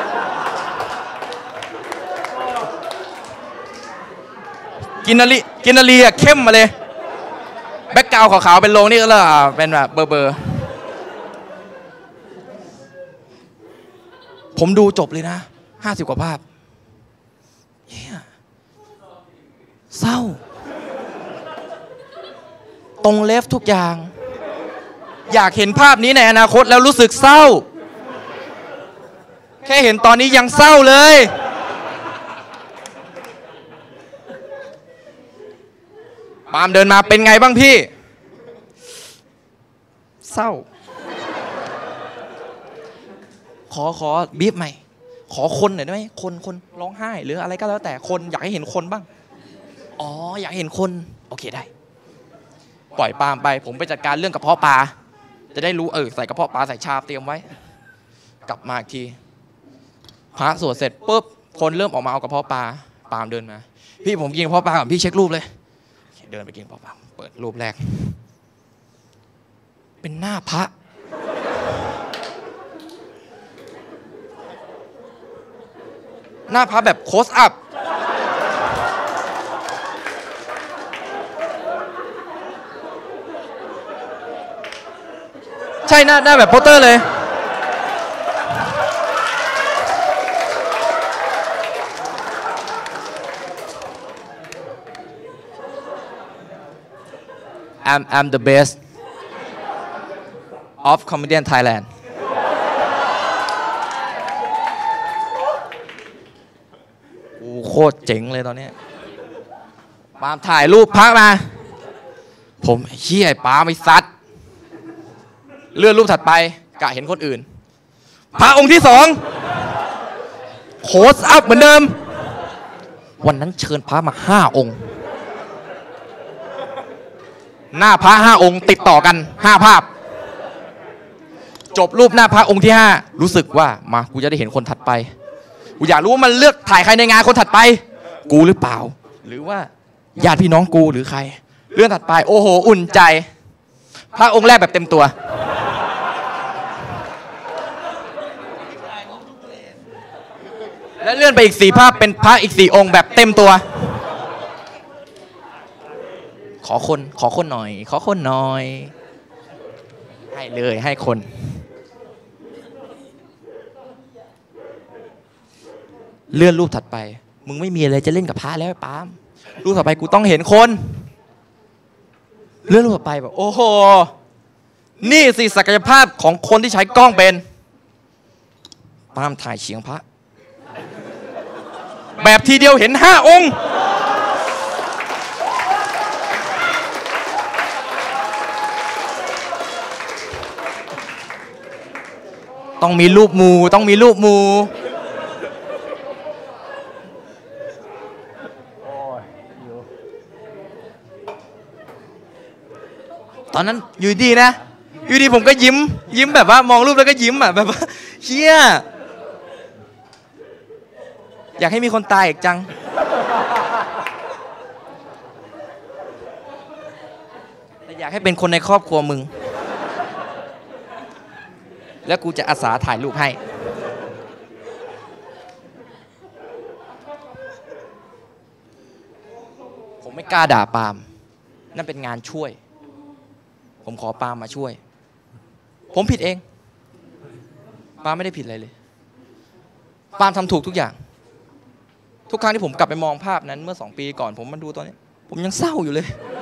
กินนาลีเข้มมาเลยแบ็คกราวด์ขาวๆเป็นโลงนี่ก็เลยเป็นแบบเบอร์ผมดูจบเลยนะ50 กว่าภาพเศร้าตรงเลฟทุกอย่างอยากเห็นภาพนี้ในอนาคตแล้วรู้สึกเศร้าแค่เห็นตอนนี้ยังเศร้าเลยปาล์มเดินมาเป็นไงบ้างพี่เศร้าขอบีบใหม่ขอคนหน่อยได้ไหมคนร้องไห้หรืออะไรก็แล้วแต่คนอยากให้เห็นคนบ้างอ๋ออยากเห็นคนโอเคได้ปล่อยปาล์มไปผมไปจัดการเรื่องกระเพาะปลาจะได้รู้ใส่กระเพาะปลาใส่ชาเตรียมไว้กลับมาอีกทีพระสวดเสร็จปุ๊บคนเริ่มออกมาเอากระเพาะปลาปาล์มเดินมาพี่ผมกินกระเพาะปลาก่อนพี่เช็ครูปเลยเดินไปกินกระเพาะปลาเปิดรูปแรกเป็นหน้าพระแบบโคสอัพใช่หน้าแบบโปสเตอร์เลยI'm the best of comedian Thailand โคตรเจ๋งเลยตอนนี้ปาล์มถ่ายรูปพระมาผมเฮี้ยปาล์มไม่ซัดเลื่อนรูปถัดไปกะเห็นคนอื่นพระองค์ที่2โคสอัพเหมือนเดิมวันนั้นเชิญพระมา5 องค์หน้าพระ5 องค์ติดต่อกัน5 ภาพจบรูปหน้าพระองค์ที่5รู้สึกว่ามากูจะได้เห็นคนถัดไปกูอยากรู้ว่ามันเลือกถ่ายใครในงานคนถัดไปกูหรือเปล่าหรือว่าญาติพี่น้องกูหรือใครเรื่องถัดไปโอ้โหอุ่นใจพระองค์แรกแบบเต็มตัวและเลื่อนไปอีก4 ภาพเป็นพระอีก4 องค์แบบเต็มตัวขอคนหน่อยให้เลยให้คนเลื่อนรูปถัดไปมึงไม่มีอะไรจะเล่นกับพระแล้วปาล์มรูปต่อไปกูต้องเห็นคน เลื่อนรูปต่อไปแบบโอ้โหนี่สิศักยภาพของคนที่ใช้กล้องเป็นปาล์มถ่ายเฉียงพระแบบทีเดียวเห็น5 องค์ต้องมีรูปหมู่ต้องมีรูปหมู่ตอนนั้นอยู่ดีนะอยู่ดีผมก็ยิ้มแบบว่ามองรูปแล้วก็ยิ้มอ่ะแบบว่าเชี่ยอยากให้มีคนตายอีกจังแต่อยากให้เป็นคนในครอบครัวมึงแล้วกูจะอาสาถ่ายรูปให้ผมไม่กล้าด่าปาล์มนั่นเป็นงานช่วยผมขอปาล์มมาช่วยผมผิดเองปาล์มไม่ได้ผิดอะไรเลยปาล์มทำถูกทุกอย่างทุกครั้งที่ผมกลับไปมองภาพนั้นเมื่อ2 ปีก่อนผมมาดูตอนนี้ผมยังเศร้าอยู่เลย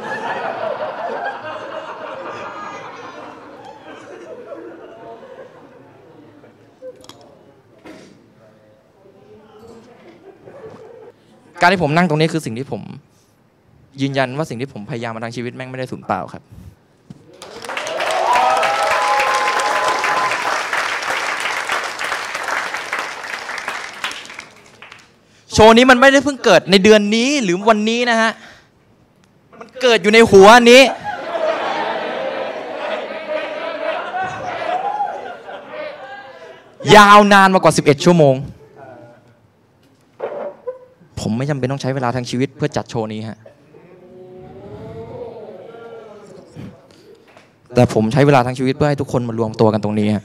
การที่ผมนั่งตรงนี้คือสิ่งที่ผมยืนยันว่าสิ่งที่ผมพยายามมาทั้งชีวิตแม่งไม่ได้สูญเปล่าครับโชว์นี้มันไม่ได้เพิ่งเกิดในเดือนนี้หรือวันนี้นะฮะมันเกิดอยู่ในหัวนี้ยาวนานมากว่า11 ชั่วโมงผมไม่จำเป็นต้องใช้เวลาทั้งชีวิตเพื่อจัดโชว์นี้ฮะแต่ผมใช้เวลาทั้งชีวิตเพื่อให้ทุกคนมารวมตัวกันตรงนี้ฮะ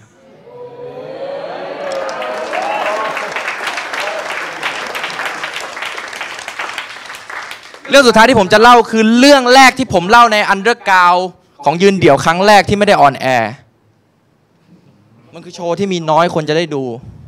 เรื่องสุดท้ายที่ผมจะเล่าคือเรื่องแรกที่ผมเล่าในอันเดอร์กราวด์ของยืนเดี่ยวครั้งแรกที่ไม่ได้ออนแอร์มันคือโชว์ที่มีน้อยคนจะได้ดู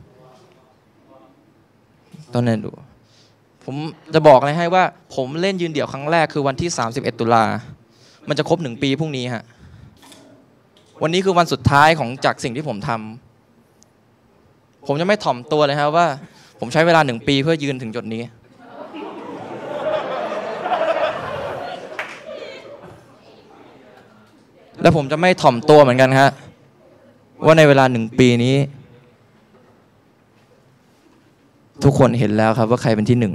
ตอนนั้นดูผมจะบอกเลยให้ว่าผมเล่นยืนเดี่ยวครั้งแรกคือวันที่31 ตุลามันจะครบ1 ปีพรุ่งนี้ฮะวันนี้คือวันสุดท้ายของจากสิ่งที่ผมทำผมจะไม่ถ่อมตัวเลยครับว่าผมใช้เวลา1 ปีเพื่อยืนถึงจุดนี้และผมจะไม่ถ่อมตัวเหมือนกันฮะว่าในเวลา1 ปีนี้ทุกคนเห็นแล้วครับว่าใครเป็นที่ 1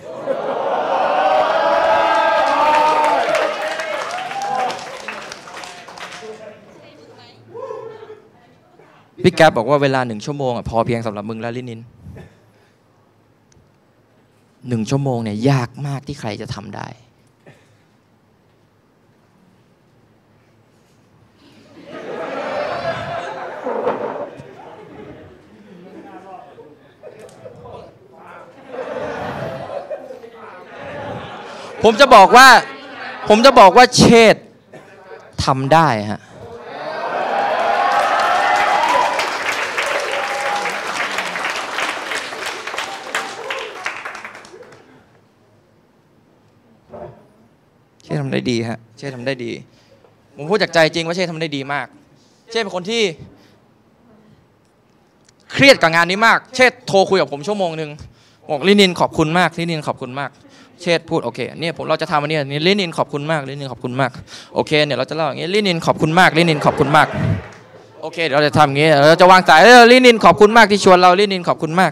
พี่แก๊ปบอกว่าเวลา1 ชั่วโมงพอเพียงสำหรับมึงแล้วลินิน1 ชั่วโมงเนี่ยยากมากที่ใครจะทำได้ผมจะบอกว่าเชษฐ์ทำได้ฮะเชษฐ์ทำได้ดีฮะเชษฐ์ทำได้ดีผมพูดจากใจจริงว่าเชษฐ์ทำได้ดีมากเชษฐ์เป็นคนที่เครียดกับงานนี้มากเชษฐ์โทรคุยกับผม1 ชั่วโมงบอกลินินขอบคุณมากลินินขอบคุณมากเชษฐ์พูดโอเคเนี่ยเราจะทำวันนี้ลินินขอบคุณมากลินินขอบคุณมากโอเคเนี่ยเราจะเล่าอย่างนี้ลินินขอบคุณมากลินินขอบคุณมากโอเคเดี๋ยวเราจะทำอย่างนี้เราจะวางสายลินินขอบคุณมากที่ชวนเราลินินขอบคุณมาก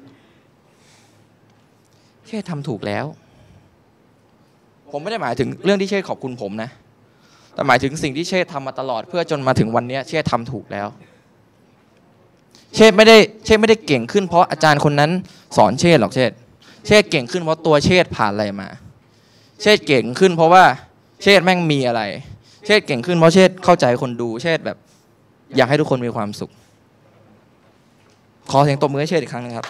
เชษฐ์ทำถูกแล้วผมไม่ได้หมายถึงเรื่องที่เชษฐ์ขอบคุณผมนะแต่หมายถึงสิ่งที่เชษฐ์ทำมาตลอดเพื่อจนมาถึงวันนี้เชษฐ์ทำถูกแล้วเชษฐ์ไม่ได้เก่งขึ้นเพราะอาจารย์คนนั้นสอนเชษฐ์หรอกเชษฐ์เก่งขึ้นเพราะตัวเชษฐ์ผ่านอะไรมาเชษฐ์เก่งขึ้นเพราะว่าเชษฐ์แม่งมีอะไรเชษฐ์เก่งขึ้นเพราะเชษฐ์เข้าใจคนดูเชษฐ์แบบอยากให้ทุกคนมีความสุขขอเสียงตบมือให้เชษฐ์อีกครั้งนึงครับ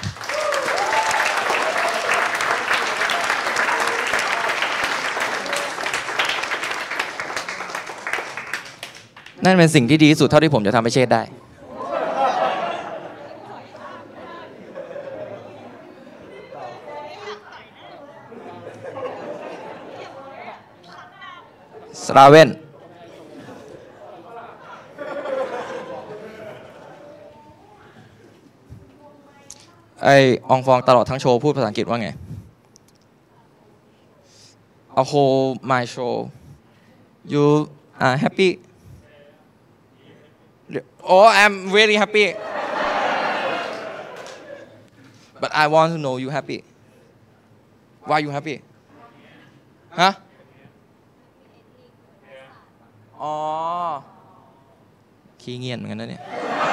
นั่นเป็นสิ่งที่ดีที่สุดเท่าที่ผมจะทำให้เชษฐ์ได้สราเว่นไออองฟองตลอดทั้งโชว์พูดภาษาอังกฤษว่าไง A whole my show you are happy oh I'm very happy but I want to know you happy why you happy ฮะอ๋อขี้เงียจเหมือนกันนะเนี่ย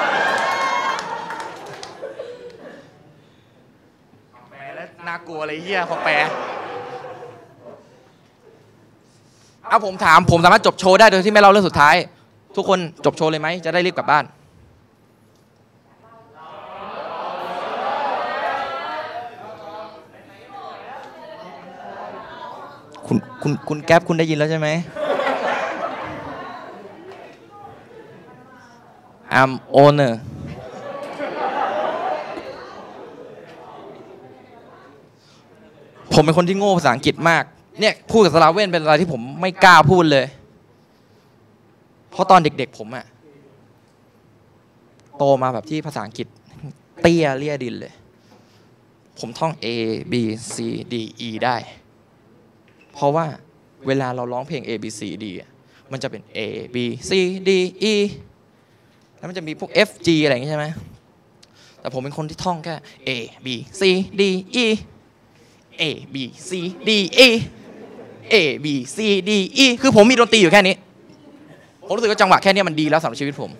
แปลแล้วน่ากลัวเลยเฮียพอแปลเอาผมถามผมสามารถจบโชว์ได้โดยที่ไม่เล่าเรื่องสุดท้ายทุกคนจบโชว์เลยไหมจะได้รีบกลับบ้านคุณแก๊ปคุณได้ยินแล้วใช่ไหม I'm owner ผมเป็นคนที่โง่ภาษาอังกฤษมากเนี่ยพูดกับสลาเว่นเป็นอะไรที่ผมไม่กล้าพูดเลยเพราะตอนเด็กๆผมอะโตมาแบบที่ภาษาอังกฤษเตี้ยเลี่ยดินเลยผมท่อง A B C D E ได้เพราะว่าเวลาเราร้องเพลง A B C D มันจะเป็น A B C D E แล้วมันจะมีพวก F G อะไรอย่างงี้ใช่ไหมแต่ผมเป็นคนที่ท่องแค่ A B C D E A B C D E A B C D E คือผมมีดนตรีอยู่แค่นี้ผมรู้สึกว่าจังหวะแค่นี้มันดีแล้วสำหรับชีวิตผม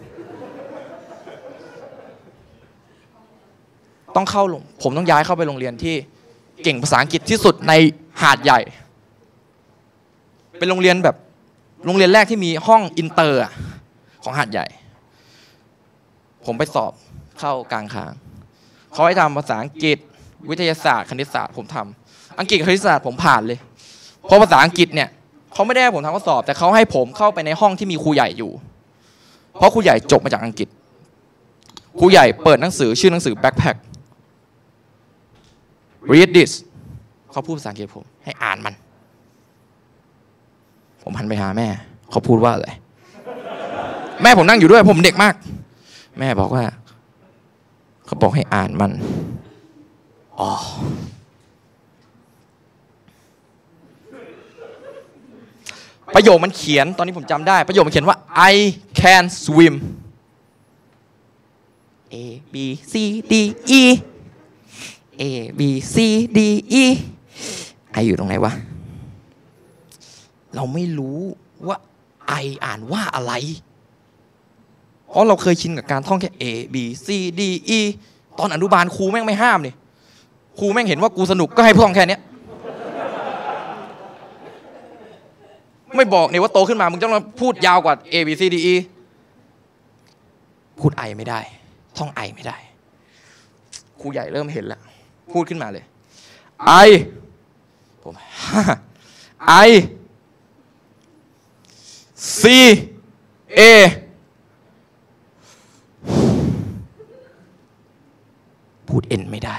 ผมต้องย้ายเข้าไปโรงเรียนที่เก่งภาษาอังกฤษที่สุดในหาดใหญ่เป็นโรงเรียนแบบโรงเรียนแรกที่มีห้องอินเตอร์ของหาดใหญ่ผมไปสอบเข้ากลางค้างเขาให้ทำภาษาอังกฤษวิทยาศาสตร์คณิตศาสตร์ผมทำอังกฤษคณิตศาสตร์ผมผ่านเลยเพราะภาษาอังกฤษเนี่ยเขาไม่ได้ให้ผมทำข้อสอบแต่เขาให้ผมเข้าไปในห้องที่มีครูใหญ่อยู่เพราะครูใหญ่จบมาจากอังกฤษครูใหญ่เปิดหนังสือชื่อหนังสือ Backpack read this เขาพูดภาษาอังกฤษผมให้อ่านมันผมหันไปหาแม่เขาพูดว่าอะไรแม่ผมนั่งอยู่ด้วยผมเด็กมากแม่บอกว่าเขาบอกให้อ่านมันอ๋อประโยคมันเขียนตอนนี้ผมจำได้ประโยคมันเขียนว่า I can swim A B C D E A B C D E ไออยู่ตรงไหนวะเราไม่รู้ว่าไออ่านว่าอะไรเพราะเราเคยชินกับการท่องแค่ A B C D E ตอนอนุบาลครูแม่งไม่ห้ามนี่ครูแม่งเห็นว่ากูสนุกก็ให้ท่องแค่นี้ไม่บอกเนี่ยว่าโตขึ้นมามึงจะมาพูดยาวกว่า A B C D E พูดไอไม่ได้ท่องไอไม่ได้ครูใหญ่เริ่มเห็นแล้วพูดขึ้นมาเลยไอผมไอC A พูด N ไม่ได้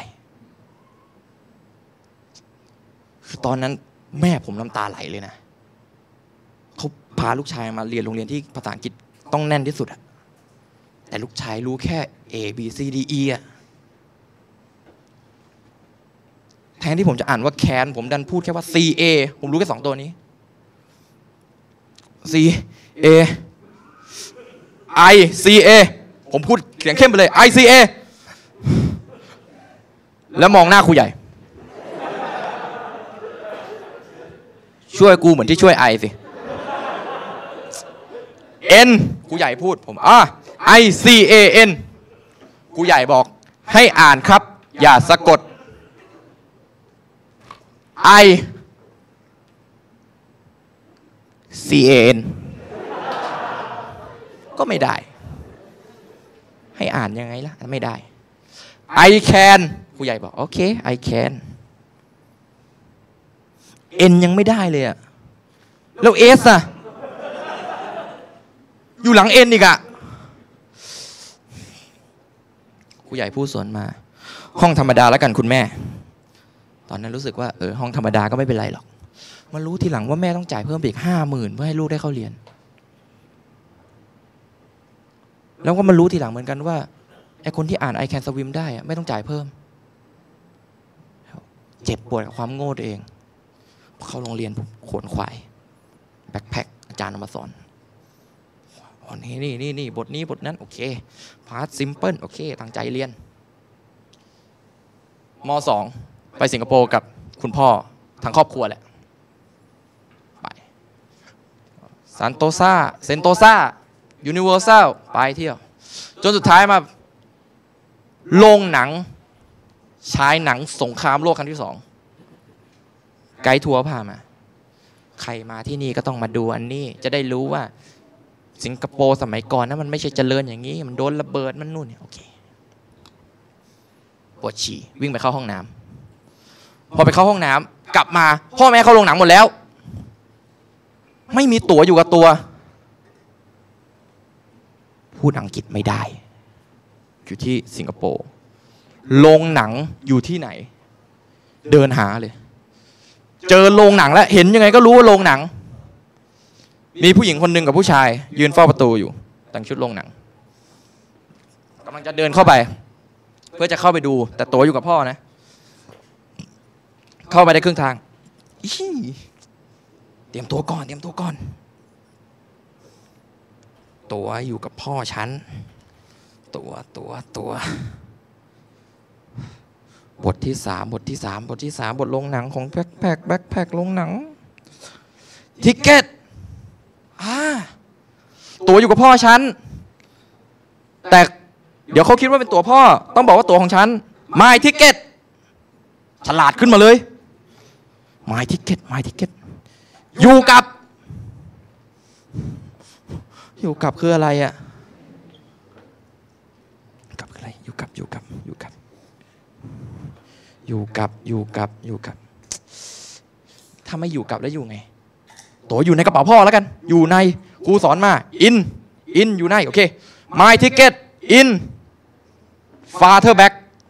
คือตอนนั้นแม่ผมน้ำตาไหลเลยนะเขาพาลูกชายมาเรียนโรงเรียนที่ภาษาอังกฤษต้องแน่นที่สุดอะแต่ลูกชายรู้แค่ A B C D E อะแทนที่ผมจะอ่านว่าแคนผมดันพูดแค่ว่า C A ผมรู้แค่2ตัวนี้ C A I C A ผมพูดเสียงเข้มไปเลย I C A แล้วมองหน้าครูใหญ่ช่วยกูเหมือนที่ช่วยไอสิ N ครูใหญ่พูดผม I C A N ครูใหญ่บอกให้อ่านครับอย่าสะกด I C A N ก็ไม่ได้ให้อ่านยังไงล่ะไม่ได้ I can ครูใหญ่บอกโอเค I can N ยังไม่ได้เลยอะแล้ว S อะอยู่หลัง N อีกอะครูใหญ่พูดสวนมาห้องธรรมดาแล้วกันคุณแม่ตอนนั้นรู้สึกว่าห้องธรรมดาก็ไม่เป็นไรหรอกมารู้ทีหลังว่าแม่ต้องจ่ายเพิ่มอีก50,000เพื่อให้ลูกได้เข้าเรียนแล้วก็มารู้ทีหลังเหมือนกันว่าไอ้คนที่อ่าน I Can Swim ได้ไม่ต้องจ่ายเพิ่มเจ็บปวดกับความโง่ตัวเองเข้าโรงเรียนผมขวนขวายแบ็คแพ็คอาจารย์เอามาสอนนี่บทนี้บทนั้นโอเคพาร์ทซิมเพิลโอเคตั้งใจเรียนม.2 ไปสิงคโปร์กับคุณพ่อทั้งครอบครัวแหละไปเซนโตซายูนิเวอร์แซลไปเที่ยวจนสุดท้ายมาโรงหนังฉายหนังสงครามโลกครั้งที่2ไกด์ทัวร์พามาใครมาที่นี่ก็ต้องมาดูอันนี้จะได้รู้ว่าสิงคโปร์สมัยก่อนนะมันไม่ใช่เจริญอย่างนี้มันโดนระเบิดมันนู่นเนี่ยโอเคปวดฉี่วิ่งไปเข้าห้องน้ำพอไปเข้าห้องน้ำกลับมาพ่อแม่เข้าโรงหนังหมดแล้วไม่มีตั๋วอยู่กับตัวพูดอังกฤษไม่ได้อยู่ที่สิงคโปร์โรงหนังอยู่ที่ไหนเดินหาเลยเจอโรงหนังแล้วเห็นยังไงก็รู้ว่าโรงหนังมีผู้หญิงคนหนึ่งกับผู้ชายยืนเฝ้าประตูอยู่แต่งชุดโรงหนังกำลังจะเดินเข้าไปเพื่อจะเข้าไปดูแต่ตั๋วอยู่กับพ่อนะเข้าไปได้ครึ่งทางเตรียมตัวก่อนตั๋วอยู่กับพ่อฉันตั๋วบทที่3บทโรงหนังของแบ็คแพ็คโรงหนังทิกเก็ตตั๋วอยู่กับพ่อฉันแต่เดี๋ยวเขาคิดว่าเป็นตั๋วพ่อต้องบอกว่าตั๋วของฉัน My Ticket ฉลาดขึ้นมาเลย My Ticket อยู่กับคืออะไรอ่ะกับคืออะไรอยู่กับถ้าไม่อยู่กับแล้วอยู่ไงตั๋วอยู่ในกระเป๋าพ่อแล้วกันอยู่ในครูสอนมา in อยู่ในโอเค My Ticket in Father Back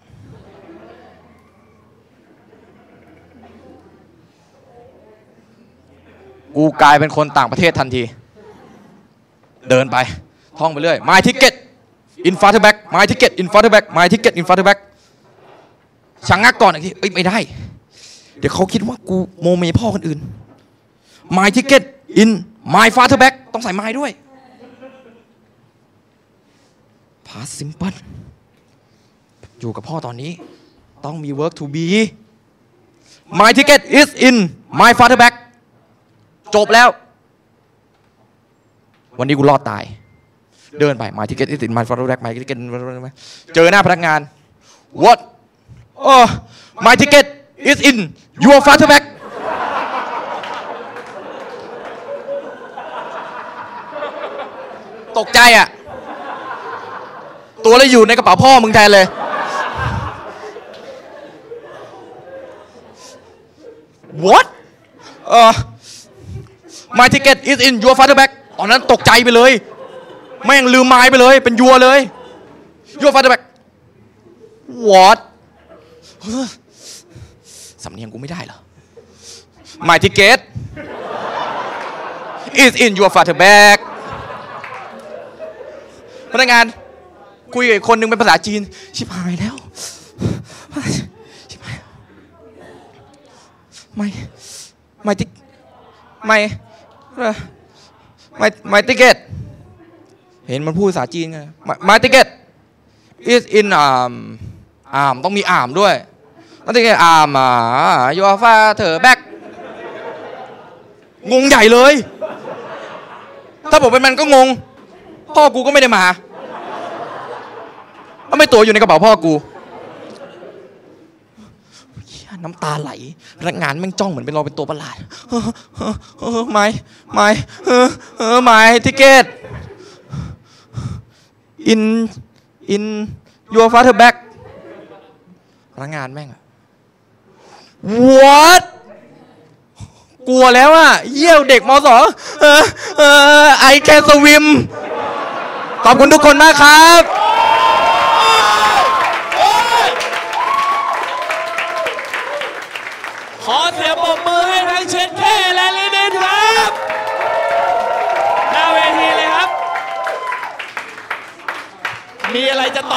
กูกลายเป็นคนต่างประเทศทันทีเดินไปท่องไปเรื่อย My Ticket in Father Back My Ticket in Father Back My Ticket in Father Back ชะงักก่อนอีกทีไม่ได้เดี๋ยวเขาคิดว่ากูโมเมพ่อคนอื่น My Ticket in My Father Back ต้องใส่ My ด้วย Past Simple อยู่กับพ่อตอนนี้ต้องมี work to be My Ticket is in My Father Back จบแล้ววันนี้กูรอดตายเดินไป My Ticket is in My Father Back My Ticket เจอหน้าพนักงาน What My Ticket is in Your Father Backตกใจอ่ะตัวเลยอยู่ในกระเป๋าพ่อมึงแทนเลย What My Ticket is in Your Father Back ตอนนั้นตกใจไปเลยแม่งลืมไม้ไปเลยเป็นยัวเลย Your Father Back What สำเนียงกูไม่ได้เหรอ My Ticket is in Your Father Back พนักงานคุยกับคนหนึ่งเป็นภาษาจีนชิบหายแล้วชิบหายMy ticket เห็นมันพูดภาษาจีนไง My ticket is in ต้องมีด้วย My ticket Your Father Back งงใหญ่เลยถ้าผมเป็นมันก็งงพ่อกูก็ไม่ได้มาแล้วไม่ตั๋วอยู่ในกระเป๋าพ่อกูน้ำตาไหลพนักงานแม่งจ้องเหมือนเป็นเราเป็นตัวประหลาดMy Ticket in Your Father Back พนักงานแม่งWhat กลัวแล้วอ่ะเยี่ยวเด็กม.2 I Can Swim ขอบคุณทุกคนมากครับขอเสียงปรบมือให้ทั้งเชนแค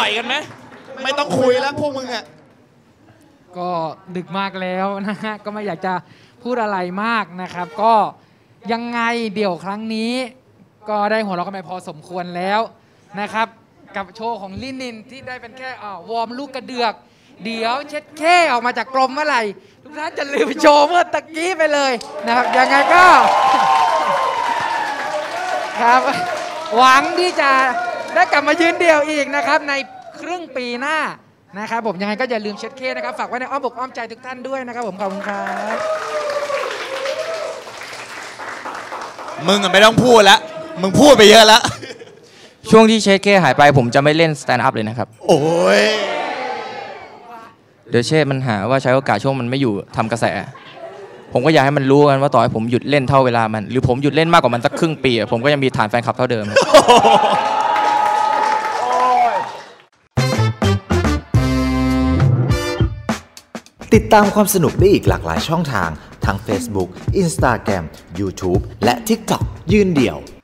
ต่กันไหมไม่ต้องคุยแล้วพวกมึงอ่ะก็ดึกมากแล้วนะฮะก็ไม่อยากจะพูดอะไรมากนะครับก็ยังไงเดี๋ยวครั้งนี้ก็ได้หัวเราะกันไปพอสมควรแล้วนะครับกับโชว์ของลินินที่ได้เป็นแค่วอร์มลูกกระเดือกเดี๋ยวเช็ดแค่ออกมาจากกรมเมื่อไหร่ทุกท่านจะลืมโชว์เมื่อตะกี้ไปเลยนะครับยังไงก็ครับหวังที่จะได้กลับมายืนเดี่ยวอีกนะครับในครึ่งปีหน้านะครับผมยังไงก็อย่าลืมเช็ดเคนะครับฝากไว้ในอ้อมอกอ้อมใจทุกท่านด้วยนะครับผมขอบคุณครับมึงไม่ต้องพูดแล้วมึงพูดไปเยอะแล้วช่วงที่เชคเคหายไปผมจะไม่เล่นสแตนด์อัพเลยนะครับโอ้ยเดี๋ยวเชษมันหาว่าใช้โอกาสช่วงมันไม่อยู่ทำกระแสผมก็อยากให้มันรู้กันว่าต่อให้ผมหยุดเล่นเท่าเวลามันหรือผมหยุดเล่นมากกว่ามันสักครึ่งปีผมก็ยังมีฐานแฟนคลับเท่าเดิมติดตามความสนุกได้อีกหลากหลายช่องทางทั้ง Facebook, Instagram, YouTube และ TikTok ยืนเดี่ยว